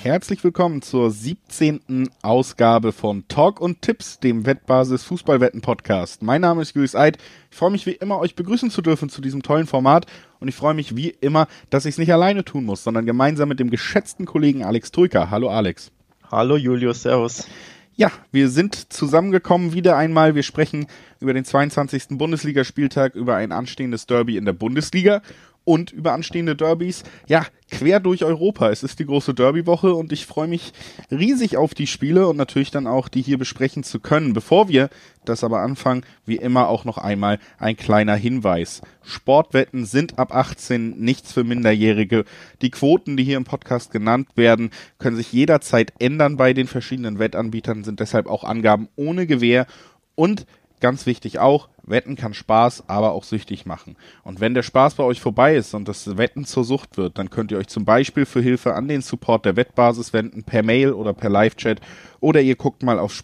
herzlich willkommen zur 17. Ausgabe von Talk und Tipps, dem Wettbasis Fußballwetten-Podcast. Mein Name ist Julius Eid. Ich freue mich wie immer, euch begrüßen zu dürfen zu diesem tollen Format und ich freue mich wie immer, dass ich es nicht alleine tun muss, sondern gemeinsam mit dem geschätzten Kollegen Alex Troika. Hallo Alex. Hallo Julius, servus. Ja, wir sind zusammengekommen wieder einmal. Wir sprechen über den 22. Bundesligaspieltag, über ein anstehendes Derby in der Bundesliga und über anstehende Derbys, ja, quer durch Europa. Es ist die große Derbywoche und ich freue mich riesig auf die Spiele und natürlich dann auch, die hier besprechen zu können. Bevor wir das aber anfangen, wie immer auch noch einmal ein kleiner Hinweis. Sportwetten sind ab 18, nichts für Minderjährige. Die Quoten, die hier im Podcast genannt werden, können sich jederzeit ändern bei den verschiedenen Wettanbietern, sind deshalb auch Angaben ohne Gewähr und ganz wichtig auch, Wetten kann Spaß, aber auch süchtig machen. Und wenn der Spaß bei euch vorbei ist und das Wetten zur Sucht wird, dann könnt ihr euch zum Beispiel für Hilfe an den Support der Wettbasis wenden, per Mail oder per Live-Chat. Oder ihr guckt mal auf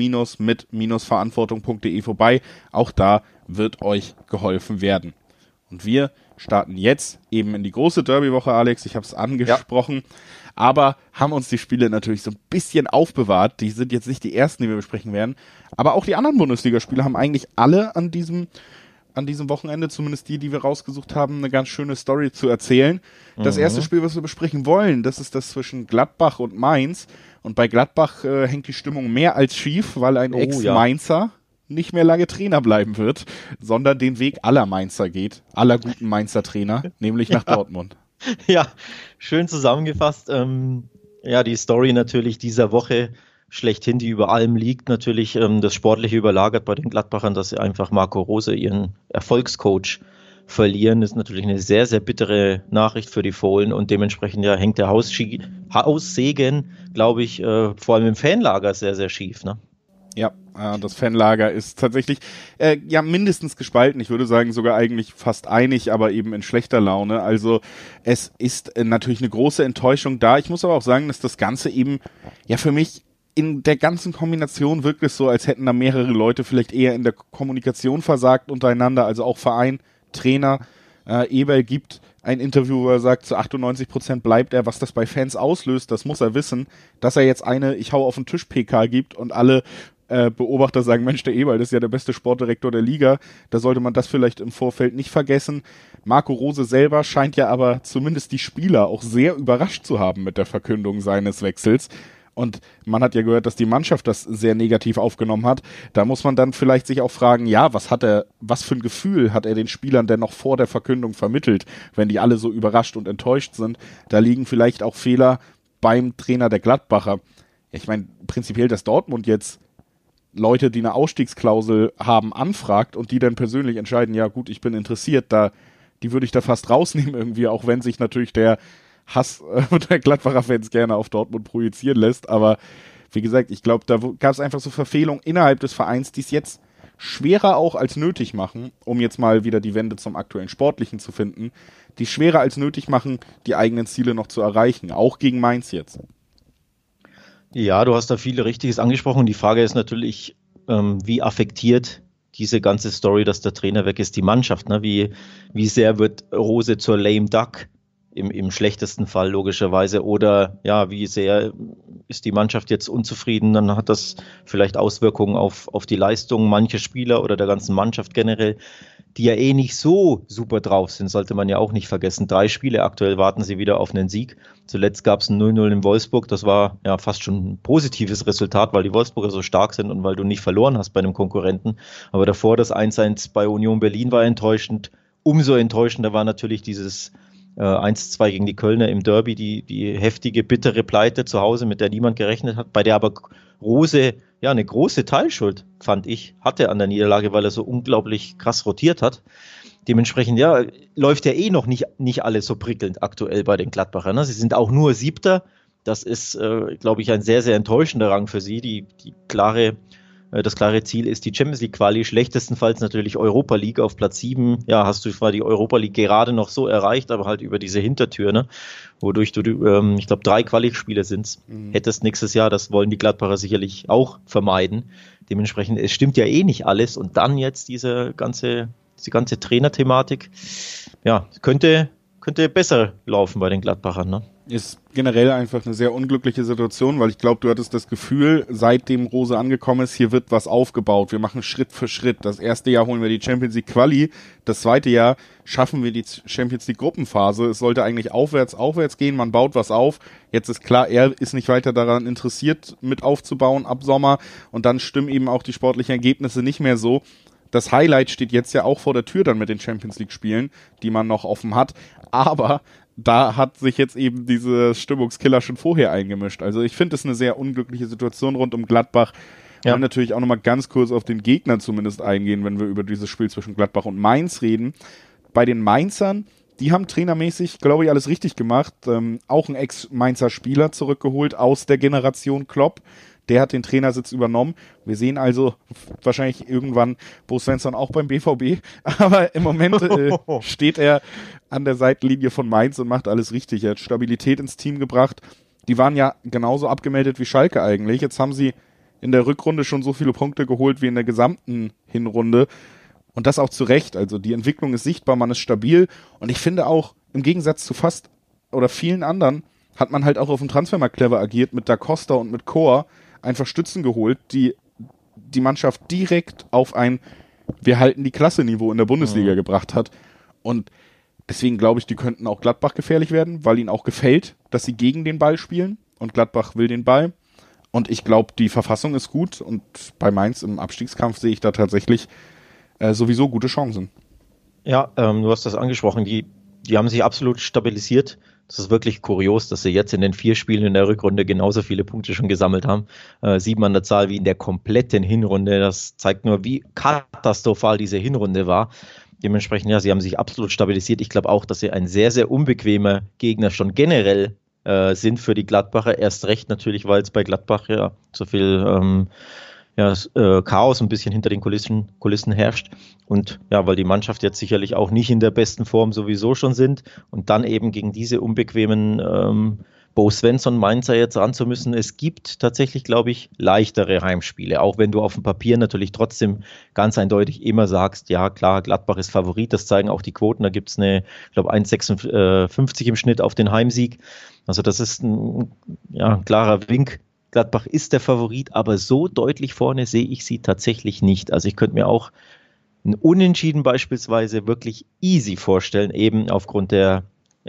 spielen-mit-verantwortung.de vorbei. Auch da wird euch geholfen werden. Und wir starten jetzt eben in die große Derbywoche, Alex. Ich habe es angesprochen. Ja. Aber haben uns die Spiele natürlich so ein bisschen aufbewahrt. Die sind jetzt nicht die ersten, die wir besprechen werden. Aber auch die anderen Bundesligaspiele haben eigentlich alle an diesem Wochenende, zumindest die wir rausgesucht haben, eine ganz schöne Story zu erzählen. Das erste Spiel, was wir besprechen wollen, das ist das zwischen Gladbach und Mainz. Und bei Gladbach hängt die Stimmung mehr als schief, weil ein Ex-Mainzer nicht mehr lange Trainer bleiben wird, sondern den Weg aller Mainzer geht, aller guten Mainzer Trainer, nämlich nach Dortmund. Ja, schön zusammengefasst. Die Story natürlich dieser Woche schlechthin, die über allem liegt, natürlich das Sportliche überlagert bei den Gladbachern, dass sie einfach Marco Rose, ihren Erfolgscoach, verlieren, ist natürlich eine sehr, sehr bittere Nachricht für die Fohlen und dementsprechend hängt der Haussegen, glaube ich, vor allem im Fanlager sehr, sehr schief, ne? Ja, das Fanlager ist tatsächlich mindestens gespalten. Ich würde sagen sogar eigentlich fast einig, aber eben in schlechter Laune. Also es ist natürlich eine große Enttäuschung da. Ich muss aber auch sagen, dass das Ganze eben für mich in der ganzen Kombination wirklich so, als hätten da mehrere Leute vielleicht eher in der Kommunikation versagt untereinander, also auch Verein, Trainer. Eberl gibt ein Interview, wo er sagt, zu 98% bleibt er. Was das bei Fans auslöst, das muss er wissen. Dass er jetzt eine Ich hau auf den Tisch PK gibt und alle Beobachter sagen, Mensch, der Eberl, das ist ja der beste Sportdirektor der Liga, da sollte man das vielleicht im Vorfeld nicht vergessen. Marco Rose selber scheint ja aber zumindest die Spieler auch sehr überrascht zu haben mit der Verkündung seines Wechsels. Und man hat ja gehört, dass die Mannschaft das sehr negativ aufgenommen hat. Da muss man dann vielleicht sich auch fragen, was für ein Gefühl hat er den Spielern denn noch vor der Verkündung vermittelt, wenn die alle so überrascht und enttäuscht sind. Da liegen vielleicht auch Fehler beim Trainer der Gladbacher. Ich meine, prinzipiell, dass Dortmund jetzt Leute, die eine Ausstiegsklausel haben, anfragt und die dann persönlich entscheiden, ja gut, ich bin interessiert, die würde ich da fast rausnehmen irgendwie, auch wenn sich natürlich der Hass der Gladbacher Fans gerne auf Dortmund projizieren lässt, aber wie gesagt, ich glaube, da gab es einfach so Verfehlungen innerhalb des Vereins, die es jetzt schwerer auch als nötig machen, um jetzt mal wieder die Wende zum aktuellen Sportlichen zu finden, die schwerer als nötig machen, die eigenen Ziele noch zu erreichen, auch gegen Mainz jetzt. Ja, du hast da viel Richtiges angesprochen. Die Frage ist natürlich, wie affektiert diese ganze Story, dass der Trainer weg ist, die Mannschaft, ne? Wie sehr wird Rose zur lame duck im schlechtesten Fall logischerweise oder wie sehr ist die Mannschaft jetzt unzufrieden, dann hat das vielleicht Auswirkungen auf die Leistung mancher Spieler oder der ganzen Mannschaft generell, die ja nicht so super drauf sind, sollte man ja auch nicht vergessen. 3 Spiele, aktuell warten sie wieder auf einen Sieg. Zuletzt gab es ein 0-0 in Wolfsburg, das war fast schon ein positives Resultat, weil die Wolfsburger so stark sind und weil du nicht verloren hast bei einem Konkurrenten. Aber davor das 1-1 bei Union Berlin war enttäuschend. Umso enttäuschender war natürlich dieses 1-2 gegen die Kölner im Derby, die heftige, bittere Pleite zu Hause, mit der niemand gerechnet hat, bei der aber Rose eine große Teilschuld, fand ich, hatte an der Niederlage, weil er so unglaublich krass rotiert hat. Dementsprechend, läuft ja noch nicht alles so prickelnd aktuell bei den Gladbachern. Ne? Sie sind auch nur 7. Das ist, glaube ich, ein sehr, sehr enttäuschender Rang für sie. Das klare Ziel ist die Champions League Quali, schlechtestenfalls natürlich Europa League auf Platz 7. Ja, hast du zwar die Europa League gerade noch so erreicht, aber halt über diese Hintertür, ne? Wodurch du, ich glaube, 3 Quali-Spiele sind's. Hättest nächstes Jahr, das wollen die Gladbacher sicherlich auch vermeiden. Dementsprechend, es stimmt ja nicht alles und dann jetzt diese ganze Trainerthematik, könnte könnte besser laufen bei den Gladbachern, ne? Ist generell einfach eine sehr unglückliche Situation, weil ich glaube, du hattest das Gefühl, seitdem Rose angekommen ist, hier wird was aufgebaut. Wir machen Schritt für Schritt. Das erste Jahr holen wir die Champions League Quali. Das zweite Jahr schaffen wir die Champions League Gruppenphase. Es sollte eigentlich aufwärts gehen. Man baut was auf. Jetzt ist klar, er ist nicht weiter daran interessiert, mit aufzubauen ab Sommer. Und dann stimmen eben auch die sportlichen Ergebnisse nicht mehr so. Das Highlight steht jetzt ja auch vor der Tür dann mit den Champions League Spielen, die man noch offen hat. Aber da hat sich jetzt eben diese Stimmungskiller schon vorher eingemischt. Also ich finde es eine sehr unglückliche Situation rund um Gladbach. Ja. Und natürlich auch nochmal ganz kurz auf den Gegner zumindest eingehen, wenn wir über dieses Spiel zwischen Gladbach und Mainz reden. Bei den Mainzern, die haben trainermäßig, glaube ich, alles richtig gemacht. Auch ein Ex-Mainzer Spieler zurückgeholt aus der Generation Klopp. Der hat den Trainersitz übernommen. Wir sehen also wahrscheinlich irgendwann Bo Svensson auch beim BVB. Aber im Moment steht er an der Seitenlinie von Mainz und macht alles richtig. Er hat Stabilität ins Team gebracht. Die waren ja genauso abgemeldet wie Schalke eigentlich. Jetzt haben sie in der Rückrunde schon so viele Punkte geholt wie in der gesamten Hinrunde. Und das auch zu Recht. Also die Entwicklung ist sichtbar, man ist stabil. Und ich finde auch, im Gegensatz zu fast oder vielen anderen, hat man halt auch auf dem Transfermarkt clever agiert mit Da Costa und mit Chor. Einfach Stützen geholt, die Mannschaft direkt auf ein wir halten die Klasse-Niveau in der Bundesliga gebracht hat. Und deswegen glaube ich, die könnten auch Gladbach gefährlich werden, weil ihnen auch gefällt, dass sie gegen den Ball spielen und Gladbach will den Ball. Und ich glaube, die Verfassung ist gut und bei Mainz im Abstiegskampf sehe ich da tatsächlich sowieso gute Chancen. Ja, du hast das angesprochen, die haben sich absolut stabilisiert. Das ist wirklich kurios, dass sie jetzt in den 4 Spielen in der Rückrunde genauso viele Punkte schon gesammelt haben. 7 an der Zahl wie in der kompletten Hinrunde. Das zeigt nur, wie katastrophal diese Hinrunde war. Dementsprechend, ja, sie haben sich absolut stabilisiert. Ich glaube auch, dass sie ein sehr, sehr unbequemer Gegner schon generell sind für die Gladbacher. Erst recht natürlich, weil es bei Gladbach ja so viel Chaos ein bisschen hinter den Kulissen herrscht. Und ja, weil die Mannschaft jetzt sicherlich auch nicht in der besten Form sowieso schon sind und dann eben gegen diese unbequemen Bo Svensson Mainzer jetzt ran zu müssen. Es gibt tatsächlich, glaube ich, leichtere Heimspiele, auch wenn du auf dem Papier natürlich trotzdem ganz eindeutig immer sagst, ja klar, Gladbach ist Favorit, das zeigen auch die Quoten, da gibt es eine, ich glaube 1,56 im Schnitt auf den Heimsieg. Also das ist ein klarer Wink. Gladbach ist der Favorit, aber so deutlich vorne sehe ich sie tatsächlich nicht. Also ich könnte mir auch ein Unentschieden beispielsweise wirklich easy vorstellen, eben aufgrund der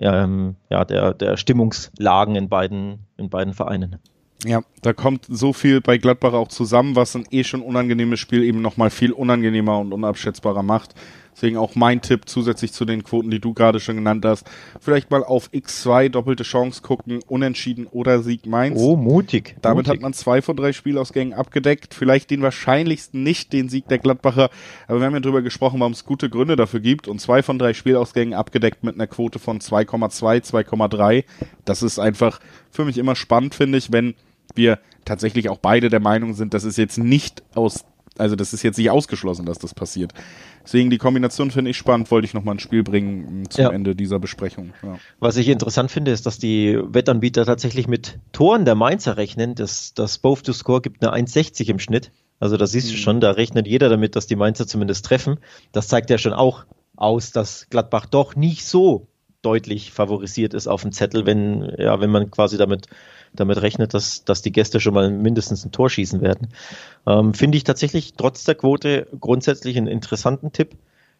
Stimmungslagen in beiden Vereinen. Ja, da kommt so viel bei Gladbach auch zusammen, was ein schon unangenehmes Spiel eben nochmal viel unangenehmer und unabschätzbarer macht. Deswegen auch mein Tipp zusätzlich zu den Quoten, die du gerade schon genannt hast. Vielleicht mal auf X2 doppelte Chance gucken, Unentschieden oder Sieg Mainz. Oh, mutig. Damit hat man 2 von 3 Spielausgängen abgedeckt. Vielleicht den wahrscheinlichsten nicht, den Sieg der Gladbacher. Aber wir haben ja drüber gesprochen, warum es gute Gründe dafür gibt. Und 2 von 3 Spielausgängen abgedeckt mit einer Quote von 2,2, 2,3. Das ist einfach für mich immer spannend, finde ich, wenn wir tatsächlich auch beide der Meinung sind, das ist jetzt nicht ausgeschlossen, dass das passiert. Deswegen die Kombination finde ich spannend, wollte ich nochmal ins Spiel bringen zum Ende dieser Besprechung. Ja. Was ich interessant finde, ist, dass die Wettanbieter tatsächlich mit Toren der Mainzer rechnen. Das Both to Score gibt eine 1,60 im Schnitt. Also da siehst du schon, da rechnet jeder damit, dass die Mainzer zumindest treffen. Das zeigt ja schon auch aus, dass Gladbach doch nicht so deutlich favorisiert ist auf dem Zettel, wenn man quasi damit rechnet, dass die Gäste schon mal mindestens ein Tor schießen werden. Finde ich tatsächlich trotz der Quote grundsätzlich einen interessanten Tipp,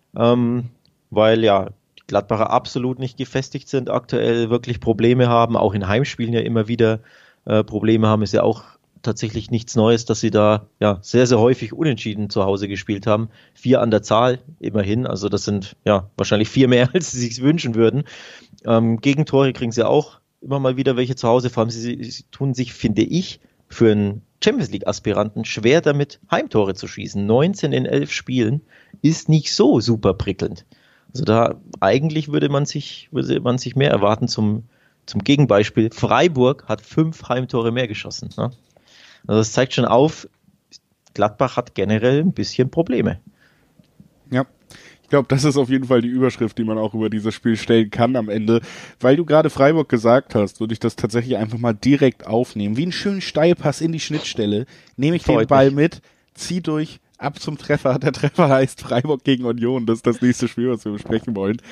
weil ja die Gladbacher absolut nicht gefestigt sind, aktuell wirklich Probleme haben, auch in Heimspielen ja immer wieder Probleme haben, ist ja auch tatsächlich nichts Neues, dass sie da ja sehr, sehr häufig unentschieden zu Hause gespielt haben. 4 an der Zahl, immerhin. Also das sind ja wahrscheinlich 4 mehr, als sie sich wünschen würden. Gegentore kriegen sie auch immer mal wieder welche zu Hause. Vor allem sie tun sich, finde ich, für einen Champions-League-Aspiranten schwer damit, Heimtore zu schießen. 19 in 11 Spielen ist nicht so super prickelnd. Also da eigentlich würde man sich mehr erwarten zum Gegenbeispiel. Freiburg hat 5 Heimtore mehr geschossen. Ne? Also das zeigt schon auf, Gladbach hat generell ein bisschen Probleme. Ja, ich glaube, das ist auf jeden Fall die Überschrift, die man auch über dieses Spiel stellen kann am Ende. Weil du gerade Freiburg gesagt hast, würde ich das tatsächlich einfach mal direkt aufnehmen. Wie einen schönen Steilpass in die Schnittstelle. Nehme ich den Ball mit, zieh durch, ab zum Treffer. Der Treffer heißt Freiburg gegen Union. Das ist das nächste Spiel, was wir besprechen wollen.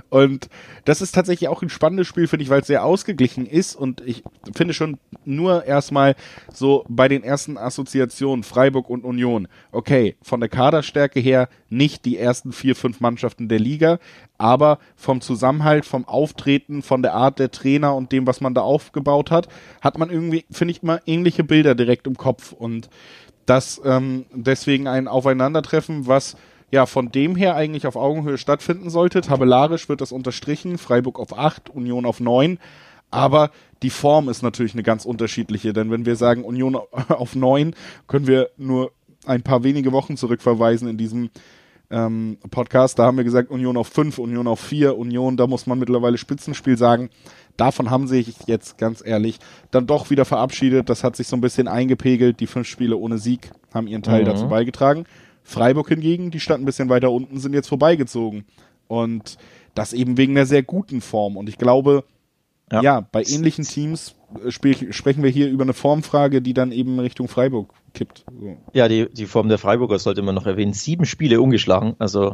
Und das ist tatsächlich auch ein spannendes Spiel, finde ich, weil es sehr ausgeglichen ist. Und ich finde schon nur erstmal so bei den ersten Assoziationen Freiburg und Union. Okay, von der Kaderstärke her nicht die ersten 4, 5 Mannschaften der Liga, aber vom Zusammenhalt, vom Auftreten, von der Art der Trainer und dem, was man da aufgebaut hat, hat man irgendwie, finde ich, immer ähnliche Bilder direkt im Kopf. Und das deswegen ein Aufeinandertreffen, was ja von dem her eigentlich auf Augenhöhe stattfinden sollte. Tabellarisch wird das unterstrichen, Freiburg auf 8, Union auf 9, aber die Form ist natürlich eine ganz unterschiedliche, denn wenn wir sagen Union auf 9, können wir nur ein paar wenige Wochen zurückverweisen in diesem Podcast. Da haben wir gesagt Union auf 5, Union auf 4, Union, da muss man mittlerweile Spitzenspiel sagen. Davon haben sich jetzt ganz ehrlich dann doch wieder verabschiedet. Das hat sich so ein bisschen eingepegelt. Die 5 Spiele ohne Sieg haben ihren Teil dazu beigetragen. Freiburg hingegen, die standen ein bisschen weiter unten, sind jetzt vorbeigezogen. Und das eben wegen einer sehr guten Form. Und ich glaube, ja bei ähnlichen Teams sprechen wir hier über eine Formfrage, die dann eben Richtung Freiburg kippt. So. Ja, die Form der Freiburger sollte man noch erwähnen. 7 Spiele ungeschlagen, also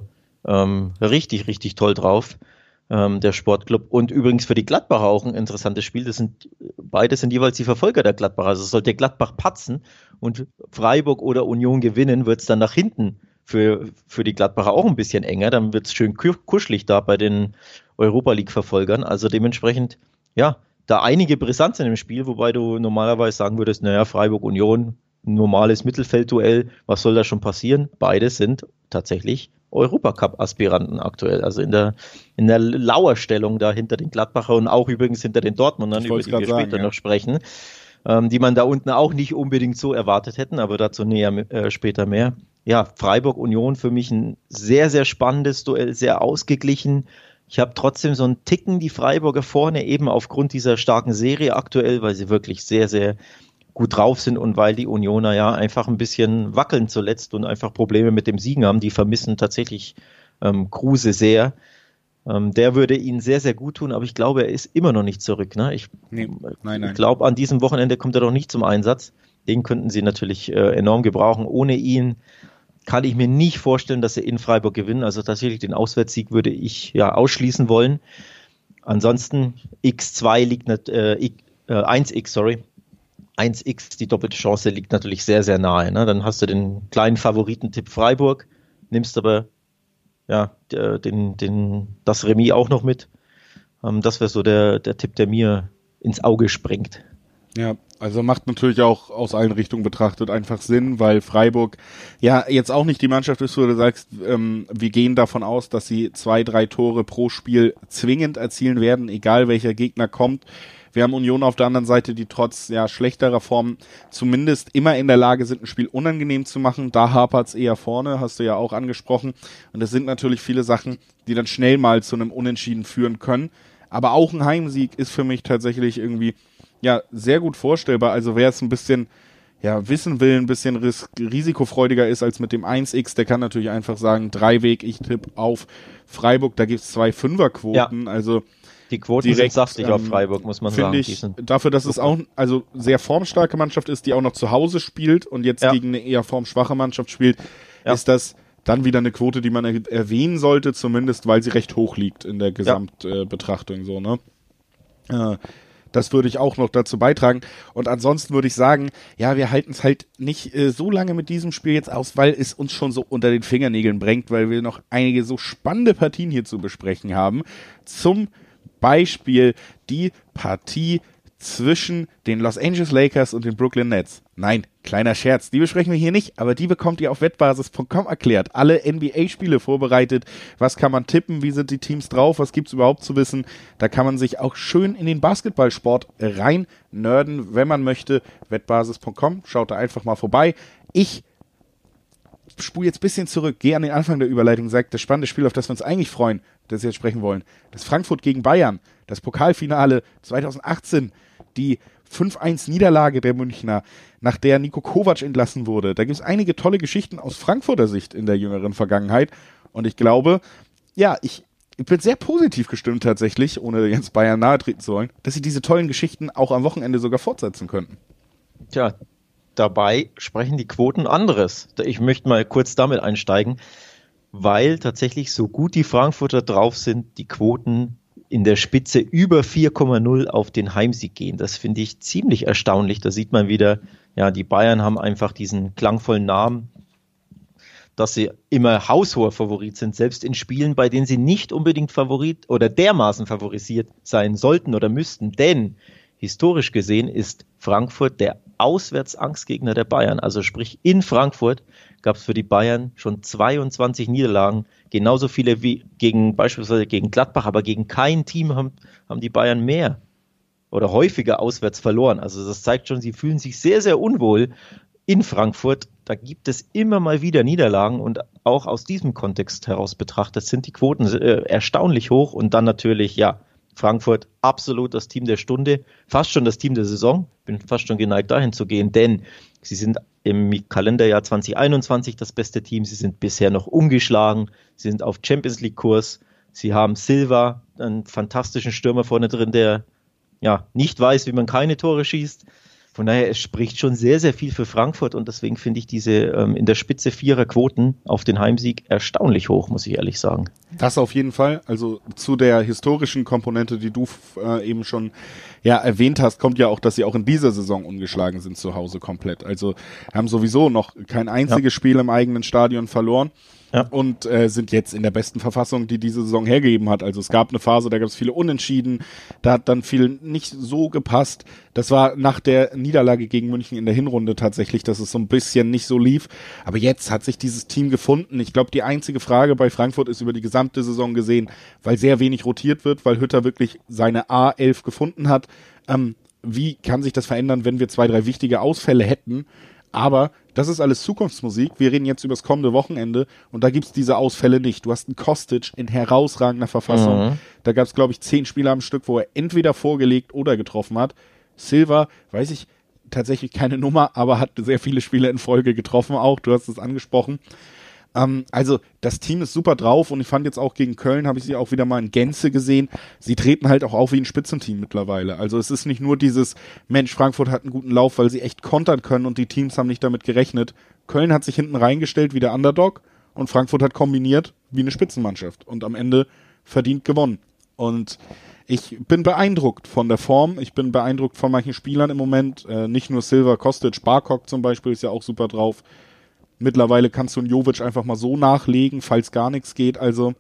richtig, richtig toll drauf, der Sportclub. Und übrigens für die Gladbacher auch ein interessantes Spiel. Beide sind jeweils die Verfolger der Gladbacher. Also sollte Gladbach patzen und Freiburg oder Union gewinnen, wird es dann nach hinten für die Gladbacher auch ein bisschen enger. Dann wird es schön kuschelig da bei den Europa-League-Verfolgern. Also dementsprechend, ja, da einige Brisanz in dem Spiel, wobei du normalerweise sagen würdest, naja, Freiburg-Union, normales Mittelfeldduell, was soll da schon passieren? Beide sind tatsächlich Europacup-Aspiranten aktuell, also in der Lauerstellung da hinter den Gladbacher und auch übrigens hinter den Dortmundern, über die wir später noch sprechen, die man da unten auch nicht unbedingt so erwartet hätten, aber dazu später mehr. Ja, Freiburg-Union für mich ein sehr, sehr spannendes Duell, sehr ausgeglichen. Ich habe trotzdem so einen Ticken die Freiburger vorne, eben aufgrund dieser starken Serie aktuell, weil sie wirklich sehr, sehr gut drauf sind und weil die Unioner ja einfach ein bisschen wackeln zuletzt und einfach Probleme mit dem Siegen haben. Die vermissen tatsächlich Kruse sehr. Der würde ihnen sehr, sehr gut tun, aber ich glaube, er ist immer noch nicht zurück. Ne? Ich glaube, an diesem Wochenende kommt er noch nicht zum Einsatz. Den könnten sie natürlich enorm gebrauchen. Ohne ihn kann ich mir nicht vorstellen, dass sie in Freiburg gewinnen. Also tatsächlich den Auswärtssieg würde ich ja ausschließen wollen. Ansonsten X2 liegt 1x, sorry. 1x, die doppelte Chance liegt natürlich sehr, sehr nahe. Ne? Dann hast du den kleinen Favoritentipp Freiburg, nimmst aber ja das Remis auch noch mit. Das wäre so der Tipp, der mir ins Auge springt. Ja, also macht natürlich auch aus allen Richtungen betrachtet einfach Sinn, weil Freiburg ja jetzt auch nicht die Mannschaft ist, wo du sagst, wir gehen davon aus, dass sie 2, 3 Tore pro Spiel zwingend erzielen werden, egal welcher Gegner kommt. Wir haben Union auf der anderen Seite, die trotz schlechterer Form zumindest immer in der Lage sind, ein Spiel unangenehm zu machen. Da hapert's eher vorne, hast du ja auch angesprochen. Und das sind natürlich viele Sachen, die dann schnell mal zu einem Unentschieden führen können. Aber auch ein Heimsieg ist für mich tatsächlich irgendwie sehr gut vorstellbar. Also wer es ein bisschen wissen will, ein bisschen risikofreudiger ist als mit dem 1x, der kann natürlich einfach sagen, 3-Weg, ich tippe auf Freiburg, da gibt's 2 Fünferquoten. Ja. Also die Quoten direkt, sind saftig auf Freiburg, muss man sagen. Finde ich, dafür, dass es auch sehr formstarke Mannschaft ist, die auch noch zu Hause spielt und jetzt gegen eine eher formschwache Mannschaft spielt, ist das dann wieder eine Quote, die man erwähnen sollte, zumindest, weil sie recht hoch liegt in der Gesamtbetrachtung. So, ne? Das würde ich auch noch dazu beitragen. Und ansonsten würde ich sagen, wir halten es halt nicht so lange mit diesem Spiel jetzt aus, weil es uns schon so unter den Fingernägeln brennt, weil wir noch einige so spannende Partien hier zu besprechen haben. Zum Beispiel die Partie zwischen den Los Angeles Lakers und den Brooklyn Nets. Nein, kleiner Scherz, die besprechen wir hier nicht, aber die bekommt ihr auf wettbasis.com erklärt. Alle NBA-Spiele vorbereitet, was kann man tippen, wie sind die Teams drauf, was gibt's überhaupt zu wissen. Da kann man sich auch schön in den Basketballsport rein nerden, wenn man möchte. Wettbasis.com, schaut da einfach mal vorbei. Ich spule jetzt ein bisschen zurück, gehe an den Anfang der Überleitung und sage, das spannende Spiel, auf das wir uns eigentlich freuen, das wir jetzt sprechen wollen, das Frankfurt gegen Bayern, das Pokalfinale 2018, die 5-1-Niederlage der Münchner, nach der Niko Kovac entlassen wurde. Da gibt es einige tolle Geschichten aus Frankfurter Sicht in der jüngeren Vergangenheit und ich glaube, ich bin sehr positiv gestimmt tatsächlich, ohne jetzt Bayern nahe treten zu wollen, dass sie diese tollen Geschichten auch am Wochenende sogar fortsetzen könnten. Tja, dabei sprechen die Quoten anderes. Ich möchte mal kurz damit einsteigen, weil tatsächlich so gut die Frankfurter drauf sind, die Quoten in der Spitze über 4,0 auf den Heimsieg gehen. Das finde ich ziemlich erstaunlich. Da sieht man wieder, ja, die Bayern haben einfach diesen klangvollen Namen, dass sie immer haushoher Favorit sind, selbst in Spielen, bei denen sie nicht unbedingt Favorit oder dermaßen favorisiert sein sollten oder müssten. Denn historisch gesehen ist Frankfurt der Auswärtsangstgegner der Bayern. Also sprich, in Frankfurt gab es für die Bayern schon 22 Niederlagen, genauso viele wie beispielsweise gegen Gladbach, aber gegen kein Team haben die Bayern mehr oder häufiger auswärts verloren. Also das zeigt schon, sie fühlen sich sehr, sehr unwohl in Frankfurt. Da gibt es immer mal wieder Niederlagen und auch aus diesem Kontext heraus betrachtet sind die Quoten erstaunlich hoch und dann natürlich, ja, Frankfurt absolut das Team der Stunde, fast schon das Team der Saison, bin fast schon geneigt dahin zu gehen, denn sie sind im Kalenderjahr 2021 das beste Team, sie sind bisher noch ungeschlagen, sie sind auf Champions League Kurs, sie haben Silva, einen fantastischen Stürmer vorne drin, der ja nicht weiß, wie man keine Tore schießt. Von daher, es spricht schon sehr, sehr viel für Frankfurt und deswegen finde ich diese in der Spitze 4er Quoten auf den Heimsieg erstaunlich hoch, muss ich ehrlich sagen. Das auf jeden Fall. Also zu der historischen Komponente, die du eben schon erwähnt hast, kommt ja auch, dass sie auch in dieser Saison ungeschlagen sind zu Hause komplett. Also haben sowieso noch kein einziges Spiel im eigenen Stadion verloren. Ja. Und sind jetzt in der besten Verfassung, die diese Saison hergegeben hat. Also es gab eine Phase, da gab es viele Unentschieden, da hat dann viel nicht so gepasst. Das war nach der Niederlage gegen München in der Hinrunde tatsächlich, dass es so ein bisschen nicht so lief. Aber jetzt hat sich dieses Team gefunden. Ich glaube, die einzige Frage bei Frankfurt ist über die gesamte Saison gesehen, weil sehr wenig rotiert wird, weil Hütter wirklich seine A11 gefunden hat. Wie kann sich das verändern, wenn wir 2, 3 wichtige Ausfälle hätten? Aber das ist alles Zukunftsmusik. Wir reden jetzt über das kommende Wochenende und da gibt's diese Ausfälle nicht. Du hast einen Kostic in herausragender Verfassung. Mhm. Da gab's, glaube ich, 10 Spiele am Stück, wo er entweder vorgelegt oder getroffen hat. Silva, weiß ich tatsächlich keine Nummer, aber hat sehr viele Spiele in Folge getroffen auch. Du hast es angesprochen. Also das Team ist super drauf und ich fand jetzt auch gegen Köln, habe ich sie auch wieder mal in Gänze gesehen. Sie treten halt auch auf wie ein Spitzenteam mittlerweile. Also es ist nicht nur dieses, Mensch, Frankfurt hat einen guten Lauf, weil sie echt kontern können und die Teams haben nicht damit gerechnet. Köln hat sich hinten reingestellt wie der Underdog und Frankfurt hat kombiniert wie eine Spitzenmannschaft und am Ende verdient gewonnen. Und ich bin beeindruckt von der Form, ich bin beeindruckt von manchen Spielern im Moment, nicht nur Silva, Kostic, Barkok zum Beispiel ist ja auch super drauf. Mittlerweile kannst du einen Jovic einfach mal so nachlegen, falls gar nichts geht. Also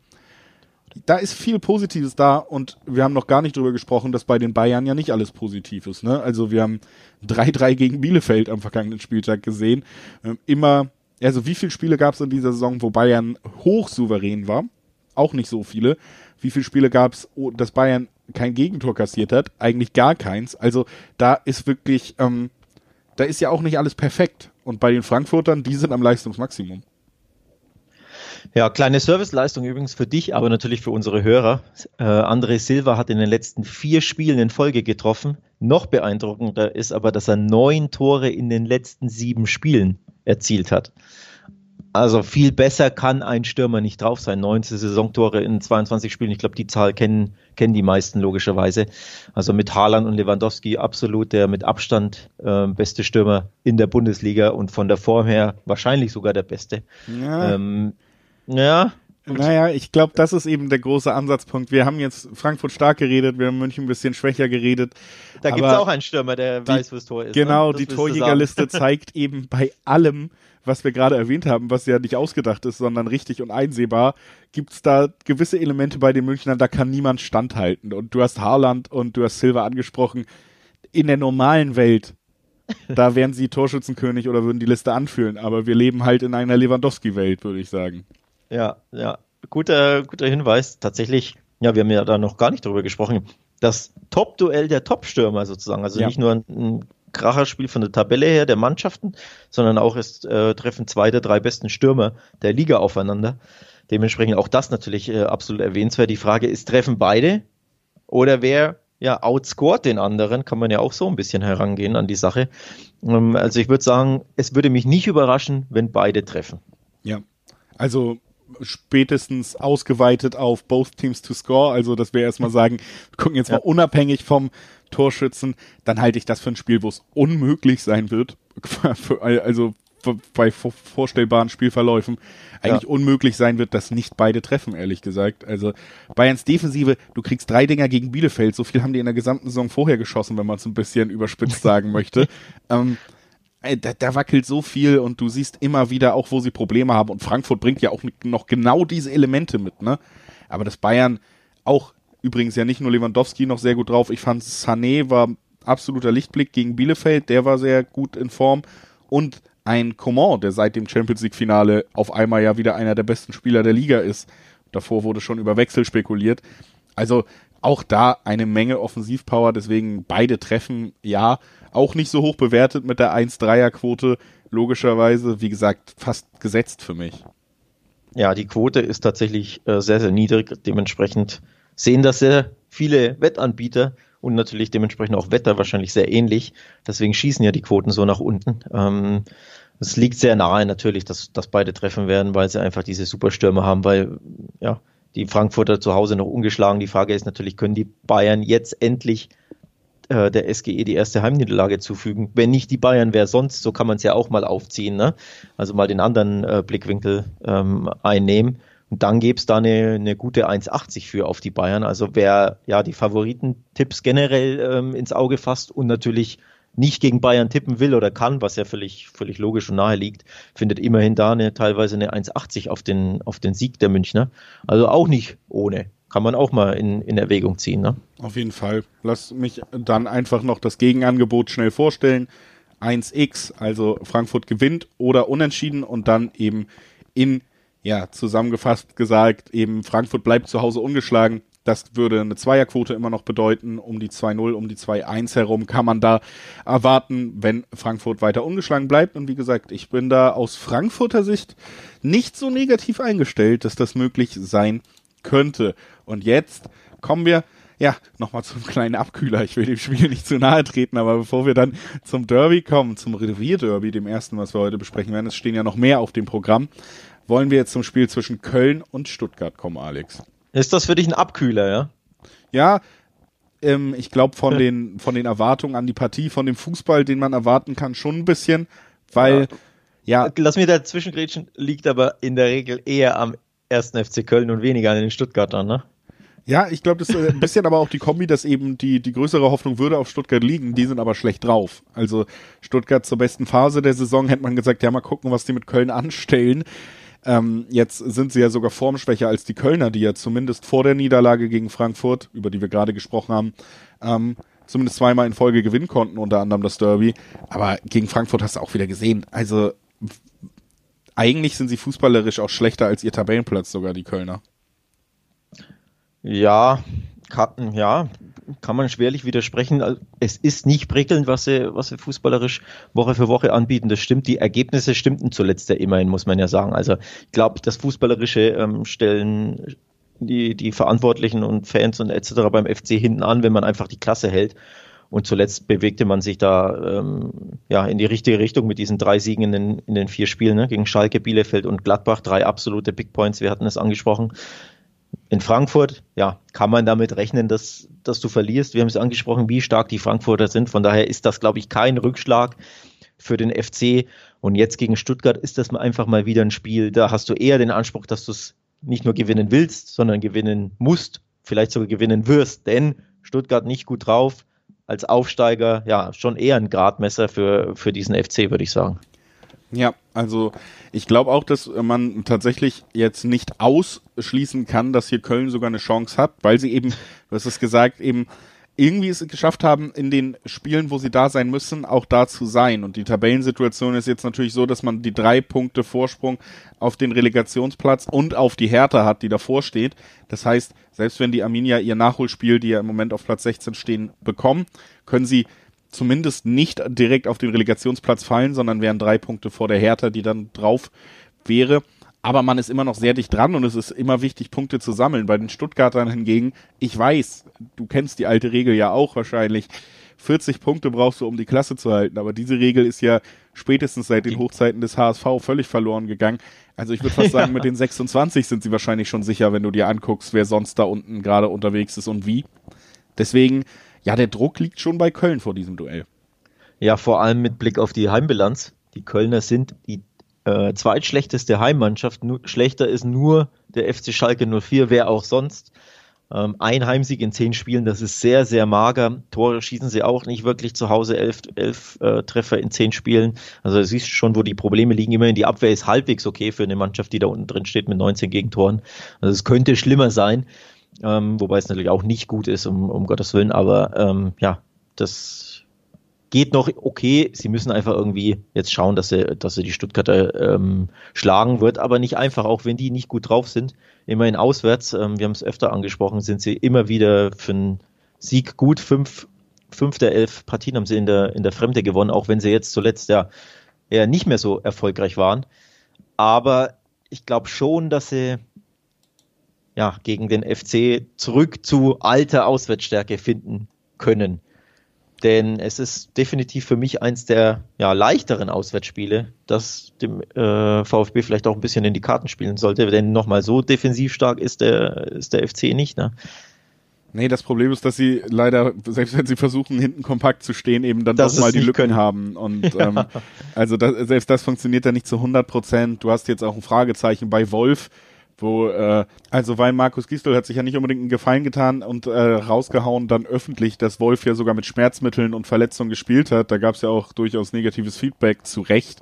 da ist viel Positives da und wir haben noch gar nicht drüber gesprochen, dass bei den Bayern ja nicht alles positiv ist. Ne? Also wir haben 3-3 gegen Bielefeld am vergangenen Spieltag gesehen. Also wie viele Spiele gab es in dieser Saison, wo Bayern hochsouverän war? Auch nicht so viele. Wie viele Spiele gab es, dass Bayern kein Gegentor kassiert hat? Eigentlich gar keins. Also da ist wirklich... da ist ja auch nicht alles perfekt. Und bei den Frankfurtern, die sind am Leistungsmaximum. Ja, kleine Serviceleistung übrigens für dich, aber natürlich für unsere Hörer. André Silva hat in den letzten 4 Spielen in Folge getroffen. Noch beeindruckender ist aber, dass er 9 Tore in den letzten 7 Spielen erzielt hat. Also viel besser kann ein Stürmer nicht drauf sein. 19 Saisontore in 22 Spielen. Ich glaube, die Zahl kennen die meisten logischerweise. Also mit Haaland und Lewandowski absolut der mit Abstand beste Stürmer in der Bundesliga und von der Form her wahrscheinlich sogar der beste. Ja. Naja, ich glaube, das ist eben der große Ansatzpunkt. Wir haben jetzt Frankfurt stark geredet, wir haben München ein bisschen schwächer geredet. Da gibt es auch einen Stürmer, der weiß, wo das Tor ist. Genau, ne? Die Torjägerliste zeigt eben bei allem, was wir gerade erwähnt haben, was ja nicht ausgedacht ist, sondern richtig und einsehbar, gibt's da gewisse Elemente bei den Münchnern, da kann niemand standhalten. Und du hast Haaland und du hast Silva angesprochen. In der normalen Welt, da wären sie Torschützenkönig oder würden die Liste anführen. Aber wir leben halt in einer Lewandowski-Welt, würde ich sagen. Ja, guter Hinweis. Tatsächlich, ja, wir haben ja da noch gar nicht drüber gesprochen. Das Top-Duell der Top-Stürmer sozusagen. Also nicht nur ein Kracherspiel von der Tabelle her der Mannschaften, sondern auch es treffen 2 der 3 besten Stürmer der Liga aufeinander. Dementsprechend auch das natürlich absolut erwähnenswert. Die Frage ist, treffen beide oder wer outscored den anderen? Kann man ja auch so ein bisschen herangehen an die Sache. Also ich würde sagen, es würde mich nicht überraschen, wenn beide treffen. Ja, also spätestens ausgeweitet auf both teams to score, also dass wir erstmal sagen, wir gucken jetzt mal unabhängig vom Torschützen, dann halte ich das für ein Spiel, wo es unmöglich sein wird, also bei vorstellbaren Spielverläufen eigentlich unmöglich sein wird, dass nicht beide treffen, ehrlich gesagt. Also Bayerns Defensive, du kriegst 3 Dinger gegen Bielefeld, so viel haben die in der gesamten Saison vorher geschossen, wenn man es ein bisschen überspitzt sagen möchte. Da wackelt so viel und du siehst immer wieder auch, wo sie Probleme haben, und Frankfurt bringt ja auch noch genau diese Elemente mit, ne? Aber das Bayern auch, übrigens ja nicht nur Lewandowski noch sehr gut drauf, ich fand Sané war absoluter Lichtblick gegen Bielefeld, der war sehr gut in Form, und ein Coman, der seit dem Champions-League-Finale auf einmal ja wieder einer der besten Spieler der Liga ist. Davor wurde schon über Wechsel spekuliert. Also auch da eine Menge Offensivpower, deswegen beide Treffen, ja, auch nicht so hoch bewertet mit der 1-3er-Quote, logischerweise, wie gesagt, fast gesetzt für mich. Ja, die Quote ist tatsächlich sehr, sehr niedrig, dementsprechend sehen das sehr viele Wettanbieter und natürlich dementsprechend auch Wetter wahrscheinlich sehr ähnlich. Deswegen schießen ja die Quoten so nach unten. Es liegt sehr nahe natürlich, dass beide treffen werden, weil sie einfach diese Superstürme haben, weil ja die Frankfurter zu Hause noch ungeschlagen. Die Frage ist natürlich, können die Bayern jetzt endlich der SGE die erste Heimniederlage zufügen? Wenn nicht die Bayern, wer sonst? So kann man es ja auch mal aufziehen, ne? Also mal den anderen Blickwinkel einnehmen. Und dann gäbe es da eine gute 1,80 für auf die Bayern. Also wer ja die Favoritentipps generell ins Auge fasst und natürlich nicht gegen Bayern tippen will oder kann, was ja völlig logisch und nahe liegt, findet immerhin da teilweise eine 1,80 auf den Sieg der Münchner. Also auch nicht ohne. Kann man auch mal in Erwägung ziehen, ne? Auf jeden Fall. Lass mich dann einfach noch das Gegenangebot schnell vorstellen. 1x, also Frankfurt gewinnt oder unentschieden, und dann eben zusammengefasst gesagt, eben Frankfurt bleibt zu Hause ungeschlagen. Das würde eine Zweierquote immer noch bedeuten. Um die 2-0, um die 2-1 herum kann man da erwarten, wenn Frankfurt weiter ungeschlagen bleibt. Und wie gesagt, ich bin da aus Frankfurter Sicht nicht so negativ eingestellt, dass das möglich sein könnte. Und jetzt kommen wir nochmal zum kleinen Abkühler. Ich will dem Spiel nicht zu nahe treten, aber bevor wir dann zum Derby kommen, zum Revierderby, dem ersten, was wir heute besprechen werden, es stehen ja noch mehr auf dem Programm, wollen wir jetzt zum Spiel zwischen Köln und Stuttgart kommen, Alex. Ist das für dich ein Abkühler, ja? Ja, ich glaube von den Erwartungen an die Partie, von dem Fußball, den man erwarten kann, schon ein bisschen, weil, Lass mir dazwischen grätschen, liegt aber in der Regel eher am 1. FC Köln und weniger an den Stuttgartern, ne? Ja, ich glaube, das ist ein bisschen aber auch die Kombi, dass eben die größere Hoffnung würde auf Stuttgart liegen, die sind aber schlecht drauf. Also Stuttgart zur besten Phase der Saison hätte man gesagt, ja, mal gucken, was die mit Köln anstellen. Jetzt sind sie ja sogar formschwächer als die Kölner, die ja zumindest vor der Niederlage gegen Frankfurt, über die wir gerade gesprochen haben, zumindest zweimal in Folge gewinnen konnten, unter anderem das Derby. Aber gegen Frankfurt hast du auch wieder gesehen. Also eigentlich sind sie fußballerisch auch schlechter als ihr Tabellenplatz, sogar die Kölner. Ja, kann man schwerlich widersprechen. Also, es ist nicht prickelnd, was sie fußballerisch Woche für Woche anbieten. Das stimmt. Die Ergebnisse stimmten zuletzt ja immerhin, muss man ja sagen. Also ich glaube, das Fußballerische stellen die Verantwortlichen und Fans und etc. beim FC hinten an, wenn man einfach die Klasse hält. Und zuletzt bewegte man sich da in die richtige Richtung mit diesen 3 Siegen in den 4 Spielen, ne? Gegen Schalke, Bielefeld und Gladbach. 3 absolute Big Points, wir hatten es angesprochen. In Frankfurt, kann man damit rechnen, dass du verlierst. Wir haben es angesprochen, wie stark die Frankfurter sind. Von daher ist das, glaube ich, kein Rückschlag für den FC. Und jetzt gegen Stuttgart ist das einfach mal wieder ein Spiel. Da hast du eher den Anspruch, dass du es nicht nur gewinnen willst, sondern gewinnen musst, vielleicht sogar gewinnen wirst. Denn Stuttgart nicht gut drauf, als Aufsteiger, schon eher ein Gradmesser für diesen FC, würde ich sagen. Ja, also ich glaube auch, dass man tatsächlich jetzt nicht ausschließen kann, dass hier Köln sogar eine Chance hat, weil sie eben, du hast es gesagt, eben irgendwie es geschafft haben, in den Spielen, wo sie da sein müssen, auch da zu sein. Und die Tabellensituation ist jetzt natürlich so, dass man die 3 Punkte Vorsprung auf den Relegationsplatz und auf die Hertha hat, die davor steht. Das heißt, selbst wenn die Arminia ihr Nachholspiel, die ja im Moment auf Platz 16 stehen, bekommen, können sie zumindest nicht direkt auf den Relegationsplatz fallen, sondern wären 3 Punkte vor der Hertha, die dann drauf wäre. Aber man ist immer noch sehr dicht dran und es ist immer wichtig, Punkte zu sammeln. Bei den Stuttgartern hingegen, ich weiß, du kennst die alte Regel ja auch wahrscheinlich, 40 Punkte brauchst du, um die Klasse zu halten. Aber diese Regel ist ja spätestens seit den Hochzeiten des HSV völlig verloren gegangen. Also ich würde fast sagen, mit den 26 sind sie wahrscheinlich schon sicher, wenn du dir anguckst, wer sonst da unten gerade unterwegs ist und wie. Deswegen, der Druck liegt schon bei Köln vor diesem Duell. Ja, vor allem mit Blick auf die Heimbilanz. Die Kölner sind die zweitschlechteste Heimmannschaft. Schlechter ist nur der FC Schalke 04, wer auch sonst. Ein Heimsieg in 10 Spielen, das ist sehr, sehr mager. Tore schießen sie auch nicht wirklich zu Hause, 11 Treffer in 10 Spielen. Also du siehst schon, wo die Probleme liegen. Immerhin die Abwehr ist halbwegs okay für eine Mannschaft, die da unten drin steht mit 19 Gegentoren. Also es könnte schlimmer sein, wobei es natürlich auch nicht gut ist, um Gottes Willen. Aber das geht noch okay. Sie müssen einfach irgendwie jetzt schauen, dass sie die Stuttgarter schlagen, wird aber nicht einfach, auch wenn die nicht gut drauf sind. Immerhin auswärts, wir haben es öfter angesprochen, sind sie immer wieder für einen Sieg gut. 5 der 11 Partien haben sie in der Fremde gewonnen, auch wenn sie jetzt zuletzt ja eher nicht mehr so erfolgreich waren. Aber ich glaube schon, dass sie gegen den FC zurück zu alter Auswärtsstärke finden können. Denn es ist definitiv für mich eins der leichteren Auswärtsspiele, das dem VfB vielleicht auch ein bisschen in die Karten spielen sollte. Denn nochmal so defensiv stark ist der FC nicht. Ne? Nee, das Problem ist, dass sie leider, selbst wenn sie versuchen, hinten kompakt zu stehen, eben dann doch mal die Lücken haben. Und also selbst das funktioniert ja nicht zu 100%. Du hast jetzt auch ein Fragezeichen bei Wolf, weil Markus Gisdol hat sich ja nicht unbedingt einen Gefallen getan und rausgehauen dann öffentlich, dass Wolf ja sogar mit Schmerzmitteln und Verletzungen gespielt hat. Da gab es ja auch durchaus negatives Feedback, zu Recht.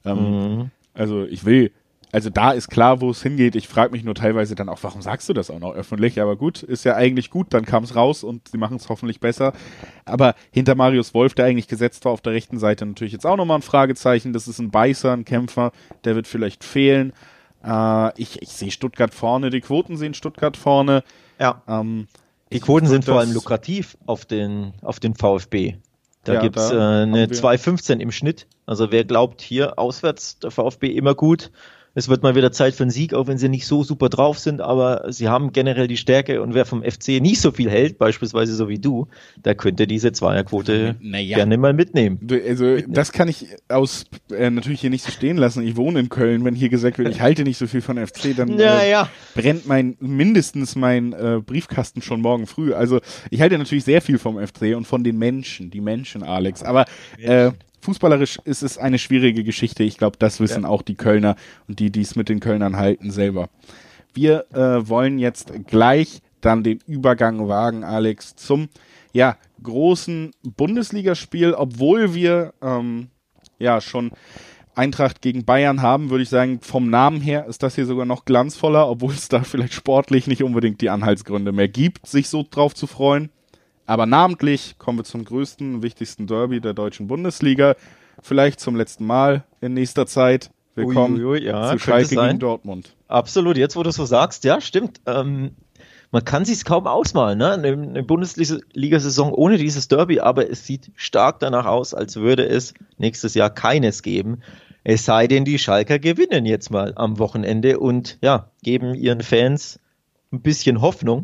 Also da ist klar, wo es hingeht. Ich frage mich nur teilweise dann auch, warum sagst du das auch noch öffentlich? Aber gut, ist ja eigentlich gut, dann kam es raus und sie machen es hoffentlich besser. Aber hinter Marius Wolf, der eigentlich gesetzt war auf der rechten Seite, natürlich jetzt auch nochmal ein Fragezeichen. Das ist ein Beißer, ein Kämpfer, der wird vielleicht fehlen. Ich sehe Stuttgart vorne, die Quoten sehen Stuttgart vorne. Ja. Die Quoten sind vor allem lukrativ auf den VfB. Da gibt es eine 2,15 im Schnitt. Also wer glaubt, hier auswärts der VfB immer gut. Es wird mal wieder Zeit für einen Sieg, auch wenn sie nicht so super drauf sind, aber sie haben generell die Stärke und wer vom FC nicht so viel hält, beispielsweise so wie du, der könnte diese Zweierquote gerne mal mitnehmen. Das kann ich natürlich hier nicht so stehen lassen. Ich wohne in Köln, wenn hier gesagt wird, ich halte nicht so viel von FC, dann brennt mindestens mein Briefkasten schon morgen früh. Also ich halte natürlich sehr viel vom FC und von den Menschen, Alex, aber fußballerisch ist es eine schwierige Geschichte. Ich glaube, das wissen auch die Kölner und die es mit den Kölnern halten, selber. Wir wollen jetzt gleich dann den Übergang wagen, Alex, zum großen Bundesligaspiel. Obwohl wir schon Eintracht gegen Bayern haben, würde ich sagen, vom Namen her ist das hier sogar noch glanzvoller, obwohl es da vielleicht sportlich nicht unbedingt die Anhaltsgründe mehr gibt, sich so drauf zu freuen. Aber namentlich kommen wir zum größten, wichtigsten Derby der deutschen Bundesliga. Vielleicht zum letzten Mal in nächster Zeit. Willkommen zu Schalke gegen Dortmund. Absolut, jetzt wo du so sagst, ja, stimmt. Man kann sich's kaum ausmalen, ne? Eine Bundesliga-Saison ohne dieses Derby, aber es sieht stark danach aus, als würde es nächstes Jahr keines geben. Es sei denn, die Schalker gewinnen jetzt mal am Wochenende und geben ihren Fans ein bisschen Hoffnung.